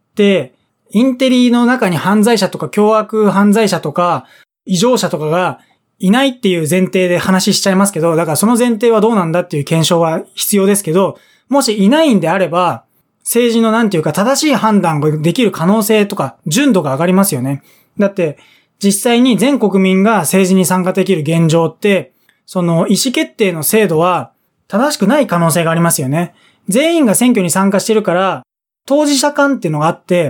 インテリの中に犯罪者とか凶悪犯罪者とか異常者とかがいないっていう前提で話しちゃいますけど、だからその前提はどうなんだっていう検証は必要ですけど、もしいないんであれば、政治のなんていうか正しい判断ができる可能性とか純度が上がりますよね。だって実際に全国民が政治に参加できる現状って、その意思決定の制度は正しくない可能性がありますよね。全員が選挙に参加してるから、当事者間っていうのがあって、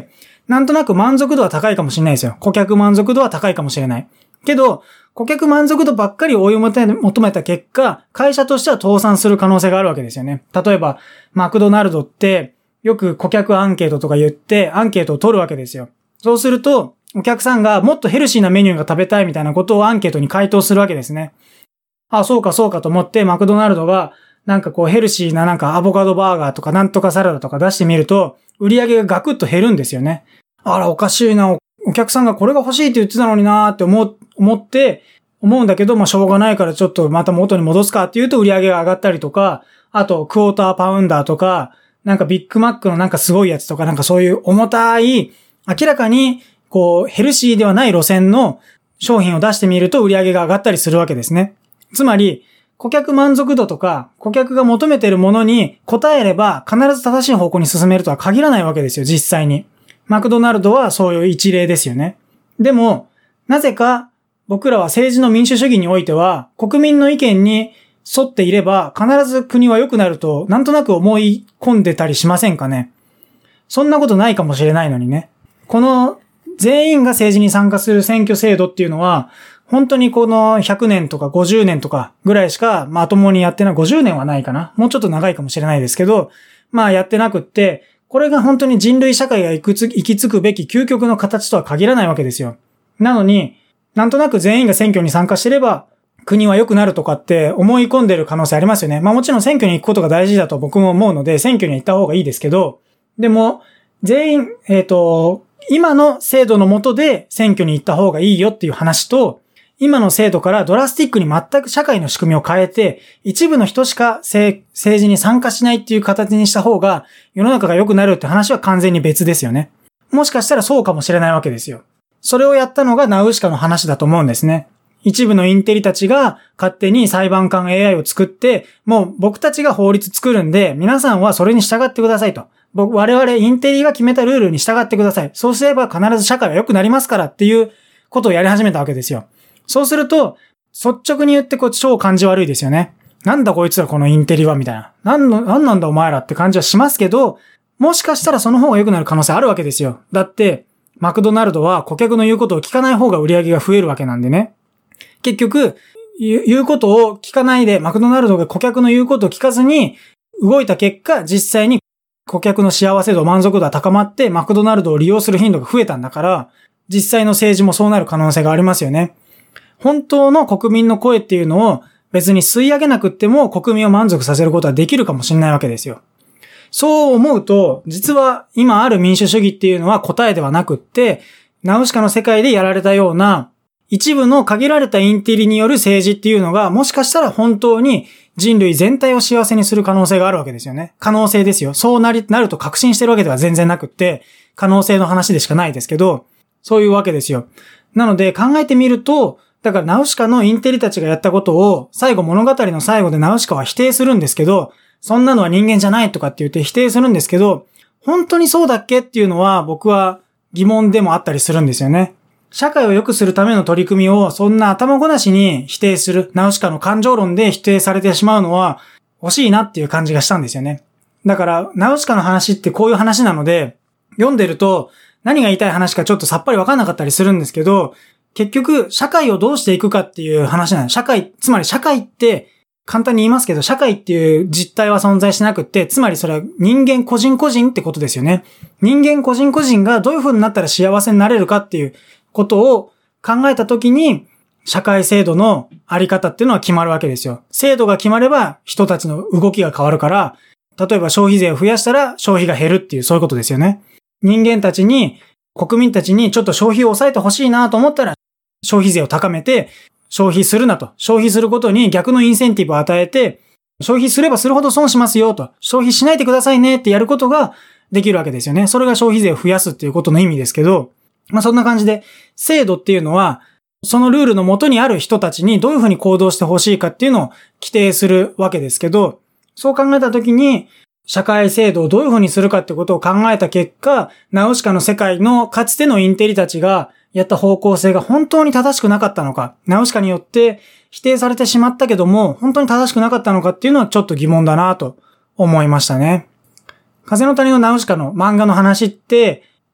なんとなく満足度は高いかもしれないですよ。顧客満足度は高いかもしれない。けど、顧客満足度ばっかり追い求めた結果、会社としては倒産する可能性があるわけですよね。例えば、マクドナルドって、よく顧客アンケートとか言って、アンケートを取るわけですよ。そうすると、お客さんがもっとヘルシーなメニューが食べたいみたいなことをアンケートに回答するわけですね。あ、そうかそうかと思って、マクドナルドが、なんかこうヘルシーななんかアボカドバーガーとかなんとかサラダとか出してみると、売り上げがガクッと減るんですよね。あら、おかしいな。お客さんがこれが欲しいって言ってたのになーって思う、思って、思うんだけど、まあ、しょうがないからちょっとまた元に戻すかっていうと売り上げが上がったりとか、あと、クォーターパウンダーとか、なんかビッグマックのなんかすごいやつとか、なんかそういう重たい、明らかに、こう、ヘルシーではない路線の商品を出してみると売り上げが上がったりするわけですね。つまり、顧客満足度とか、顧客が求めているものに応えれば必ず正しい方向に進めるとは限らないわけですよ、実際に。マクドナルドはそういう一例ですよね。でも、なぜか僕らは政治の民主主義においては、国民の意見に沿っていれば必ず国は良くなるとなんとなく思い込んでたりしませんかね。そんなことないかもしれないのにね。この全員が政治に参加する選挙制度っていうのは、本当にこのひゃくねんとかごじゅうねんとかぐらいしかまともにやってない、ごじゅうねんはないかな。もうちょっと長いかもしれないですけど、まあやってなくって、これが本当に人類社会が行くつ、行き着くべき究極の形とは限らないわけですよ。なのに、なんとなく全員が選挙に参加してれば、国は良くなるとかって思い込んでる可能性ありますよね。まあもちろん選挙に行くことが大事だと僕も思うので、選挙に行った方がいいですけど、でも、全員、えっと、今の制度の下で選挙に行った方がいいよっていう話と、今の制度からドラスティックに全く社会の仕組みを変えて、一部の人しか政治に参加しないっていう形にした方が、世の中が良くなるって話は完全に別ですよね。もしかしたらそうかもしれないわけですよ。それをやったのがナウシカの話だと思うんですね。一部のインテリたちが勝手に裁判官 エーアイ を作って、もう僕たちが法律作るんで、皆さんはそれに従ってくださいと。僕、我々インテリが決めたルールに従ってください。そうすれば必ず社会は良くなりますからっていうことをやり始めたわけですよ。そうすると、率直に言ってこう超感じ悪いですよね。なんだこいつらこのインテリはみたいな。なんの、なんなんだお前らって感じはしますけど、もしかしたらその方が良くなる可能性あるわけですよ。だって、マクドナルドは顧客の言うことを聞かない方が売り上げが増えるわけなんでね。結局、言うことを聞かないで、マクドナルドが顧客の言うことを聞かずに動いた結果、実際に顧客の幸せ度、満足度は高まって、マクドナルドを利用する頻度が増えたんだから、実際の政治もそうなる可能性がありますよね。本当の国民の声っていうのを別に吸い上げなくっても国民を満足させることはできるかもしれないわけですよ。そう思うと、実は今ある民主主義っていうのは答えではなくって、ナウシカの世界でやられたような一部の限られたインテリによる政治っていうのがもしかしたら本当に人類全体を幸せにする可能性があるわけですよね。可能性ですよ。そうなり、なると確信してるわけでは全然なくって、可能性の話でしかないですけど、そういうわけですよ。なので考えてみると、だからナウシカのインテリたちがやったことを最後物語の最後でナウシカは否定するんですけど、そんなのは人間じゃないとかって言って否定するんですけど、本当にそうだっけっていうのは僕は疑問でもあったりするんですよね。社会を良くするための取り組みをそんな頭ごなしに否定する、ナウシカの感情論で否定されてしまうのは惜しいなっていう感じがしたんですよね。だからナウシカの話ってこういう話なので、読んでると何が言いたい話かちょっとさっぱりわかんなかったりするんですけど、結局、社会をどうしていくかっていう話なの。社会、つまり社会って、簡単に言いますけど、社会っていう実態は存在しなくって、つまりそれは人間個人個人ってことですよね。人間個人個人がどういう風になったら幸せになれるかっていうことを考えたときに、社会制度のあり方っていうのは決まるわけですよ。制度が決まれば人たちの動きが変わるから、例えば消費税を増やしたら消費が減るっていうそういうことですよね。人間たちに、国民たちにちょっと消費を抑えてほしいなと思ったら、消費税を高めて消費するなと。消費することに逆のインセンティブを与えて、消費すればするほど損しますよと。消費しないでくださいねってやることができるわけですよね。それが消費税を増やすっていうことの意味ですけど、まあそんな感じで、制度っていうのは、そのルールの元にある人たちにどういうふうに行動してほしいかっていうのを規定するわけですけど、そう考えたときに、社会制度をどういうふうにするかってことを考えた結果、ナウシカの世界のかつてのインテリたちがやった方向性が本当に正しくなかったのか、ナウシカによって否定されてしまったけども、本当に正しくなかったのかっていうのはちょっと疑問だなと思いましたね。風の谷のナウシカの漫画の話って、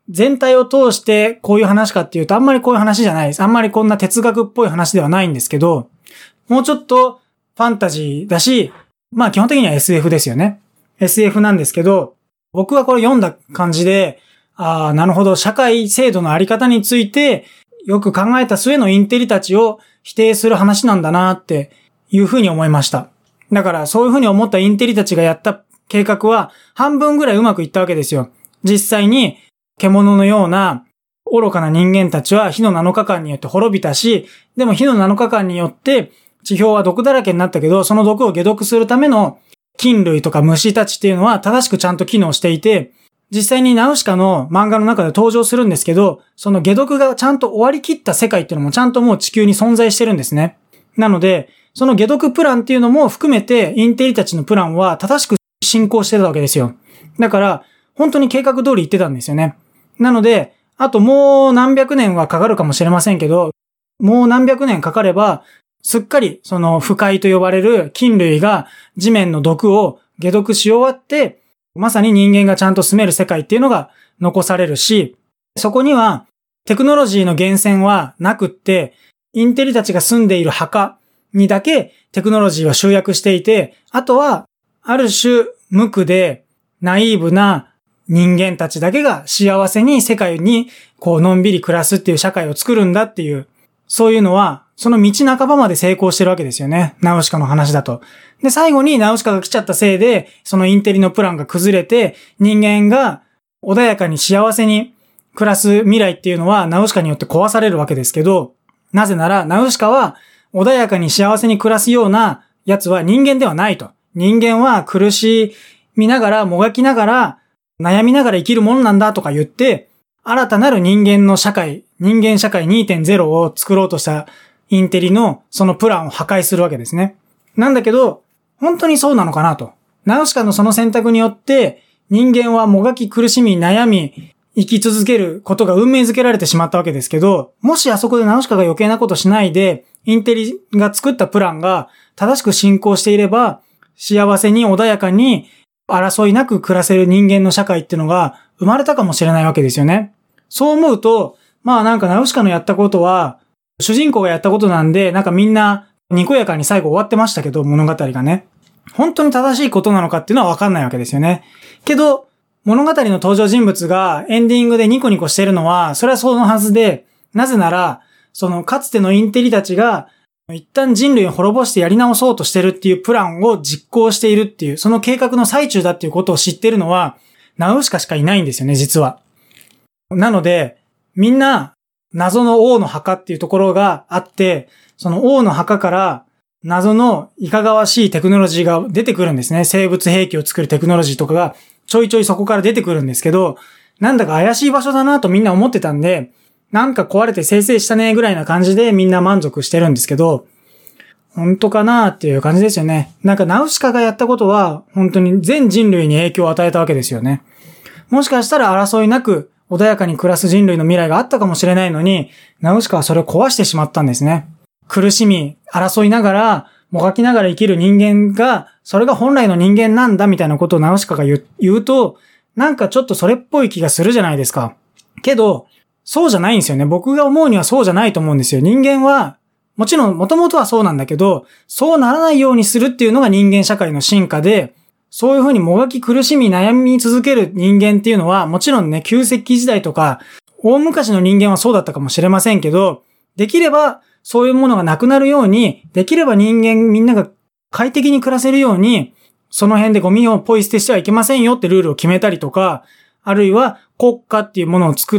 全体を通してこういう話かっていうとあんまりこういう話じゃないです。あんまりこんな哲学っぽい話ではないんですけど、もうちょっとファンタジーだし、まあ基本的には エスエフ ですよね。エスエフ なんですけど、僕はこれ読んだ感じで、ああ、なるほど、社会制度のあり方についてよく考えた末のインテリたちを否定する話なんだなっていうふうに思いました。だからそういうふうに思ったインテリたちがやった計画は半分ぐらいうまくいったわけですよ。実際に獣のような愚かな人間たちは火のなのかかんによって滅びたし、でも火のなのかかんによって地表は毒だらけになったけど、その毒を解毒するための菌類とか虫たちっていうのは正しくちゃんと機能していて、実際にナウシカの漫画の中で登場するんですけど、その解毒がちゃんと終わりきった世界っていうのもちゃんともう地球に存在してるんですね。なので、その解毒プランっていうのも含めてインテリたちのプランは正しく進行してたわけですよ。だから、本当に計画通り言ってたんですよね。なので、あともう何百年はかかるかもしれませんけど、もう何百年かかれば、すっかりその腐海と呼ばれる菌類が地面の毒を解毒し終わって、まさに人間がちゃんと住める世界っていうのが残されるし、そこにはテクノロジーの源泉はなくって、インテリたちが住んでいる墓にだけテクノロジーは集約していて、あとはある種無垢でナイーブな人間たちだけが幸せに世界にこうのんびり暮らすっていう社会を作るんだっていう、そういうのはその道半ばまで成功してるわけですよね。ナウシカの話だと。で、最後にナウシカが来ちゃったせいで、そのインテリのプランが崩れて、人間が穏やかに幸せに暮らす未来っていうのはナウシカによって壊されるわけですけど、なぜならナウシカは穏やかに幸せに暮らすようなやつは人間ではないと。人間は苦しみながら、もがきながら、悩みながら生きるものなんだとか言って、新たなる人間の社会、人間社会 にてんゼロ を作ろうとしたインテリのそのプランを破壊するわけですね。なんだけど、本当にそうなのかなと。ナウシカのその選択によって人間はもがき苦しみ悩み生き続けることが運命づけられてしまったわけですけど、もしあそこでナウシカが余計なことしないでインテリが作ったプランが正しく進行していれば幸せに穏やかに争いなく暮らせる人間の社会っていうのが生まれたかもしれないわけですよね。そう思うと、まあなんかナウシカのやったことは主人公がやったことなんで、なんかみんなにこやかに最後終わってましたけど、物語がね。本当に正しいことなのかっていうのはわかんないわけですよね。けど、物語の登場人物がエンディングでニコニコしてるのは、それはそのはずで、なぜなら、そのかつてのインテリたちが、一旦人類を滅ぼしてやり直そうとしてるっていうプランを実行しているっていう、その計画の最中だっていうことを知ってるのは、ナウシカしかいないんですよね、実は。なので、みんな、謎の王の墓っていうところがあって、その王の墓から謎のいかがわしいテクノロジーが出てくるんですね。生物兵器を作るテクノロジーとかがちょいちょいそこから出てくるんですけど、なんだか怪しい場所だなとみんな思ってたんで、なんか壊れてせいせいしたねぐらいな感じでみんな満足してるんですけど、本当かなっていう感じですよね。なんかナウシカがやったことは本当に全人類に影響を与えたわけですよね。もしかしたら争いなく穏やかに暮らす人類の未来があったかもしれないのに、ナウシカはそれを壊してしまったんですね。苦しみ、争いながら、もがきながら生きる人間が、それが本来の人間なんだみたいなことをナウシカが言う、言うと、なんかちょっとそれっぽい気がするじゃないですか。けど、そうじゃないんですよね。僕が思うにはそうじゃないと思うんですよ。人間は、もちろん元々はそうなんだけど、そうならないようにするっていうのが人間社会の進化で、そういうふうにもがき苦しみ悩み続ける人間っていうのは、もちろんね、旧石器時代とか、大昔の人間はそうだったかもしれませんけど、できればそういうものがなくなるように、できれば人間みんなが快適に暮らせるように、その辺でゴミをポイ捨てしてはいけませんよってルールを決めたりとか、あるいは国家っていうものを作って、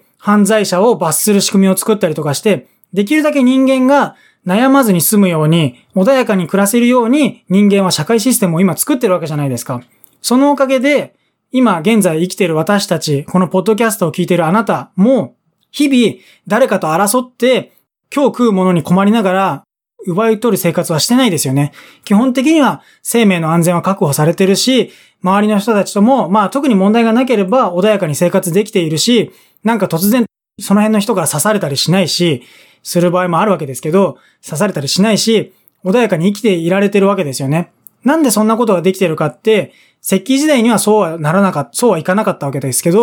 犯罪者を罰する仕組みを作ったりとかして、できるだけ人間が悩まずに済むように、穏やかに暮らせるように人間は社会システムを今作ってるわけじゃないですか。そのおかげで、今現在生きている私たち、このポッドキャストを聞いているあなたも、日々誰かと争って、今日食うものに困りながら、奪い取る生活はしてないですよね。基本的には生命の安全は確保されてるし、周りの人たちとも、まあ特に問題がなければ穏やかに生活できているし、なんか突然その辺の人から刺されたりしないし、する場合もあるわけですけど、刺されたりしないし、穏やかに生きていられてるわけですよね。なんでそんなことができてるかって、石器時代にはそうはならなかった、そうはいかなかったわけですけど、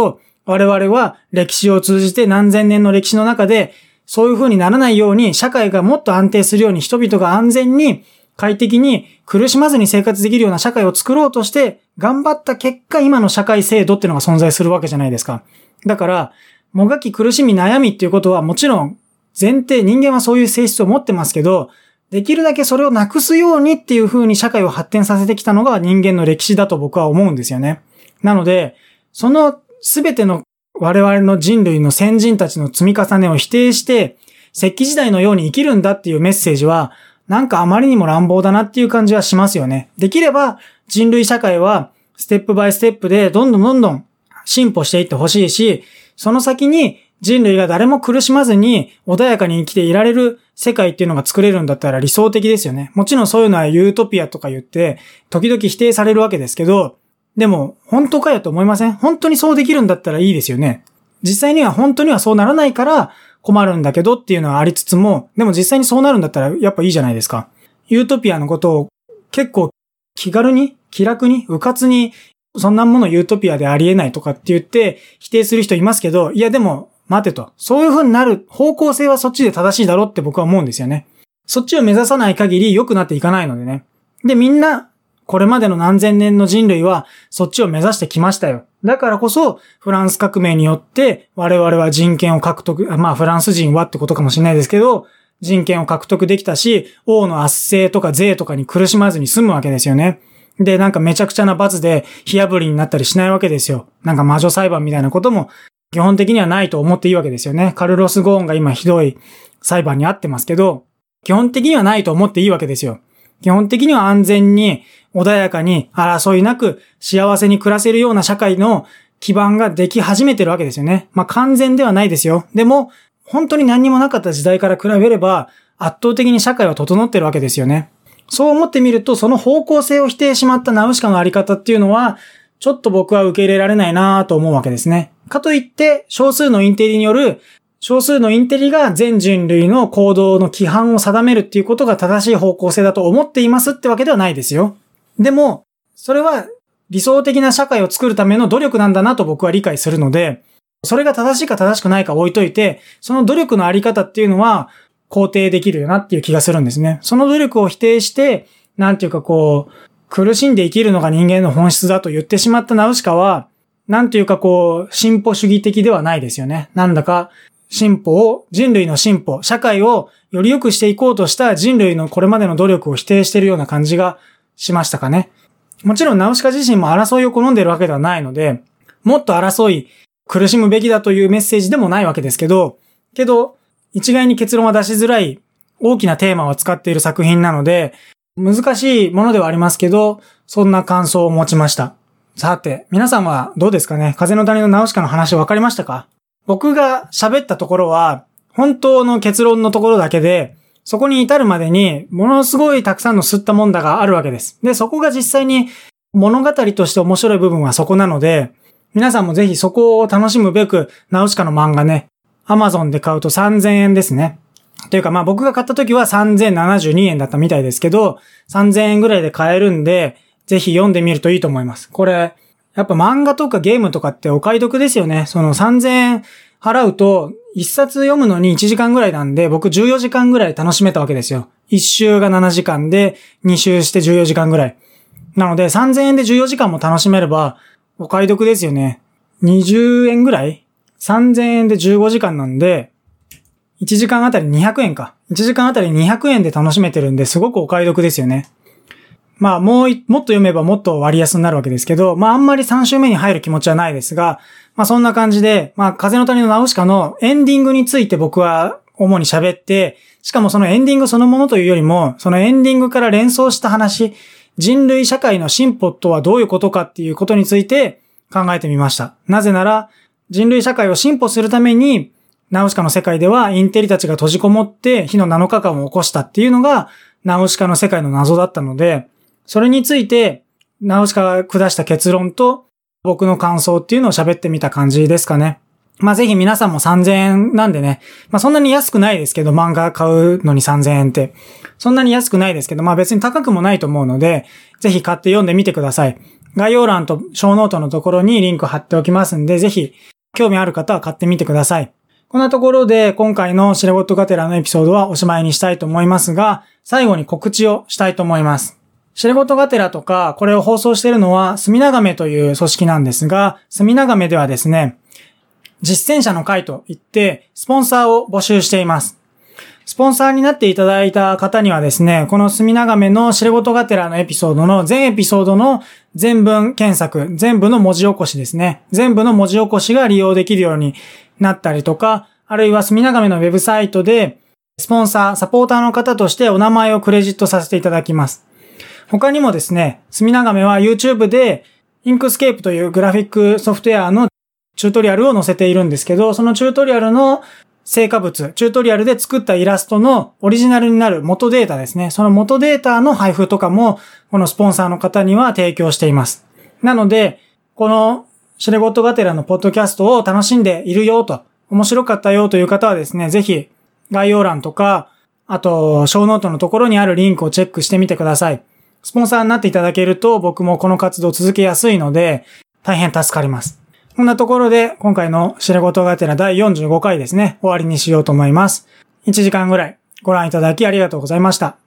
我々は歴史を通じて何千年の歴史の中で、そういう風にならないように、社会がもっと安定するように、人々が安全に、快適に、苦しまずに生活できるような社会を作ろうとして、頑張った結果、今の社会制度っていうのが存在するわけじゃないですか。だから、もがき苦しみ悩みっていうことはもちろん、前提、人間はそういう性質を持ってますけど、できるだけそれをなくすようにっていう風に社会を発展させてきたのが人間の歴史だと僕は思うんですよね。なので、そのすべての我々の人類の先人たちの積み重ねを否定して、石器時代のように生きるんだっていうメッセージは、なんかあまりにも乱暴だなっていう感じはしますよね。できれば人類社会はステップバイステップでどんどんどんどん進歩していってほしいし、その先に人類が誰も苦しまずに穏やかに生きていられる世界っていうのが作れるんだったら理想的ですよね。もちろんそういうのはユートピアとか言って時々否定されるわけですけど、でも本当かよと思いません？本当にそうできるんだったらいいですよね。実際には本当にはそうならないから困るんだけどっていうのはありつつも、でも実際にそうなるんだったらやっぱいいじゃないですか。ユートピアのことを結構気軽に、気楽に、迂闊に、そんなものユートピアでありえないとかって言って否定する人いますけど、いやでも待てと。そういう風になる方向性はそっちで正しいだろうって僕は思うんですよね。そっちを目指さない限り良くなっていかないのでね。で、みんな、これまでの何千年の人類はそっちを目指してきましたよ。だからこそ、フランス革命によって我々は人権を獲得、まあフランス人はってことかもしれないですけど、人権を獲得できたし、王の圧政とか税とかに苦しまずに済むわけですよね。で、なんかめちゃくちゃな罰で火炙りになったりしないわけですよ。なんか魔女裁判みたいなことも基本的にはないと思っていいわけですよね。カルロス・ゴーンが今ひどい裁判にあってますけど、基本的にはないと思っていいわけですよ。基本的には安全に穏やかに争いなく幸せに暮らせるような社会の基盤ができ始めてるわけですよね。まあ完全ではないですよ。でも本当に何にもなかった時代から比べれば圧倒的に社会は整ってるわけですよね。そう思ってみるとその方向性を否定しまったナウシカのあり方っていうのはちょっと僕は受け入れられないなと思うわけですね。かといって少数のインテリによる少数のインテリが全人類の行動の規範を定めるっていうことが正しい方向性だと思っていますってわけではないですよ。でも、それは理想的な社会を作るための努力なんだなと僕は理解するので、それが正しいか正しくないか置いといて、その努力のあり方っていうのは肯定できるよなっていう気がするんですね。その努力を否定して、なんていうかこう、苦しんで生きるのが人間の本質だと言ってしまったナウシカは、なんていうかこう、進歩主義的ではないですよね。なんだか、進歩を、人類の進歩、社会をより良くしていこうとした人類のこれまでの努力を否定しているような感じがしましたかね。もちろんナウシカ自身も争いを好んでいるわけではないので、もっと争い、苦しむべきだというメッセージでもないわけですけど、けど、一概に結論は出しづらい大きなテーマを使っている作品なので、難しいものではありますけど、そんな感想を持ちました。さて、皆さんはどうですかね？風の谷のナウシカの話分かりましたか？僕が喋ったところは、本当の結論のところだけで、そこに至るまでに、ものすごいたくさんの吸ったもんだがあるわけです。で、そこが実際に物語として面白い部分はそこなので、皆さんもぜひそこを楽しむべく、ナウシカの漫画ね、Amazon で買うとさんぜんえんですね。というかまあ僕が買った時はさんぜんななじゅうにえんだったみたいですけど、さんぜんえんぐらいで買えるんで、ぜひ読んでみるといいと思います。これ、やっぱ漫画とかゲームとかってお買い得ですよね。そのさんぜんえん払うといっさつ読むのにいちじかんぐらいなんで、僕じゅうよじかんぐらい楽しめたわけですよ。いち週がななじかんでに週してじゅうよじかんぐらい。なのでさんぜんえんでじゅうよじかんも楽しめればお買い得ですよね。にじゅうえんぐらい ?さんぜんえんでじゅうごじかんなんで、いちじかんあたりにひゃくえんか。いちじかんあたりにひゃくえんで楽しめてるんですごくお買い得ですよね。まあもう、もっと読めばもっと割安になるわけですけど、まああんまりさん週目に入る気持ちはないですが、まあそんな感じで、まあ風の谷のナウシカのエンディングについて僕は主に喋って、しかもそのエンディングそのものというよりも、そのエンディングから連想した話、人類社会の進歩とはどういうことかっていうことについて考えてみました。なぜなら、人類社会を進歩するために、ナウシカの世界ではインテリたちが閉じこもって火のなのかかんを起こしたっていうのがナウシカの世界の謎だったので、それについてナウシカが下した結論と僕の感想っていうのを喋ってみた感じですかね。まあぜひ皆さんもさんぜんえんなんでね、まあそんなに安くないですけど、漫画買うのにさんぜんえんって。そんなに安くないですけど、まあ別に高くもないと思うので、ぜひ買って読んでみてください。概要欄と小ノートのところにリンク貼っておきますんで、ぜひ興味ある方は買ってみてください。こんなところで今回のシレゴットガテラのエピソードはおしまいにしたいと思いますが、最後に告知をしたいと思います。シレゴットガテラとか、これを放送しているのは、隅長めという組織なんですが、隅長めではですね、実践者の会といって、スポンサーを募集しています。スポンサーになっていただいた方にはですね、この隅長めのシレゴトガテラのエピソードの全エピソードの全文検索、全部の文字起こしですね。全部の文字起こしが利用できるようになったりとか、あるいは隅長めのウェブサイトでスポンサー、サポーターの方としてお名前をクレジットさせていただきます。他にもですね、隅長めは YouTube でインクスケープというグラフィックソフトウェアのチュートリアルを載せているんですけど、そのチュートリアルの成果物、チュートリアルで作ったイラストのオリジナルになる元データですね。その元データの配布とかも、このスポンサーの方には提供しています。なので、このシレゴットガテラのポッドキャストを楽しんでいるよと、面白かったよという方はですね、ぜひ概要欄とか、あと、ショーノートのところにあるリンクをチェックしてみてください。スポンサーになっていただけると、僕もこの活動を続けやすいので、大変助かります。こんなところで今回のシレゴトガテラだいよんじゅうごかいですね、終わりにしようと思います。いちじかんぐらいご覧いただきありがとうございました。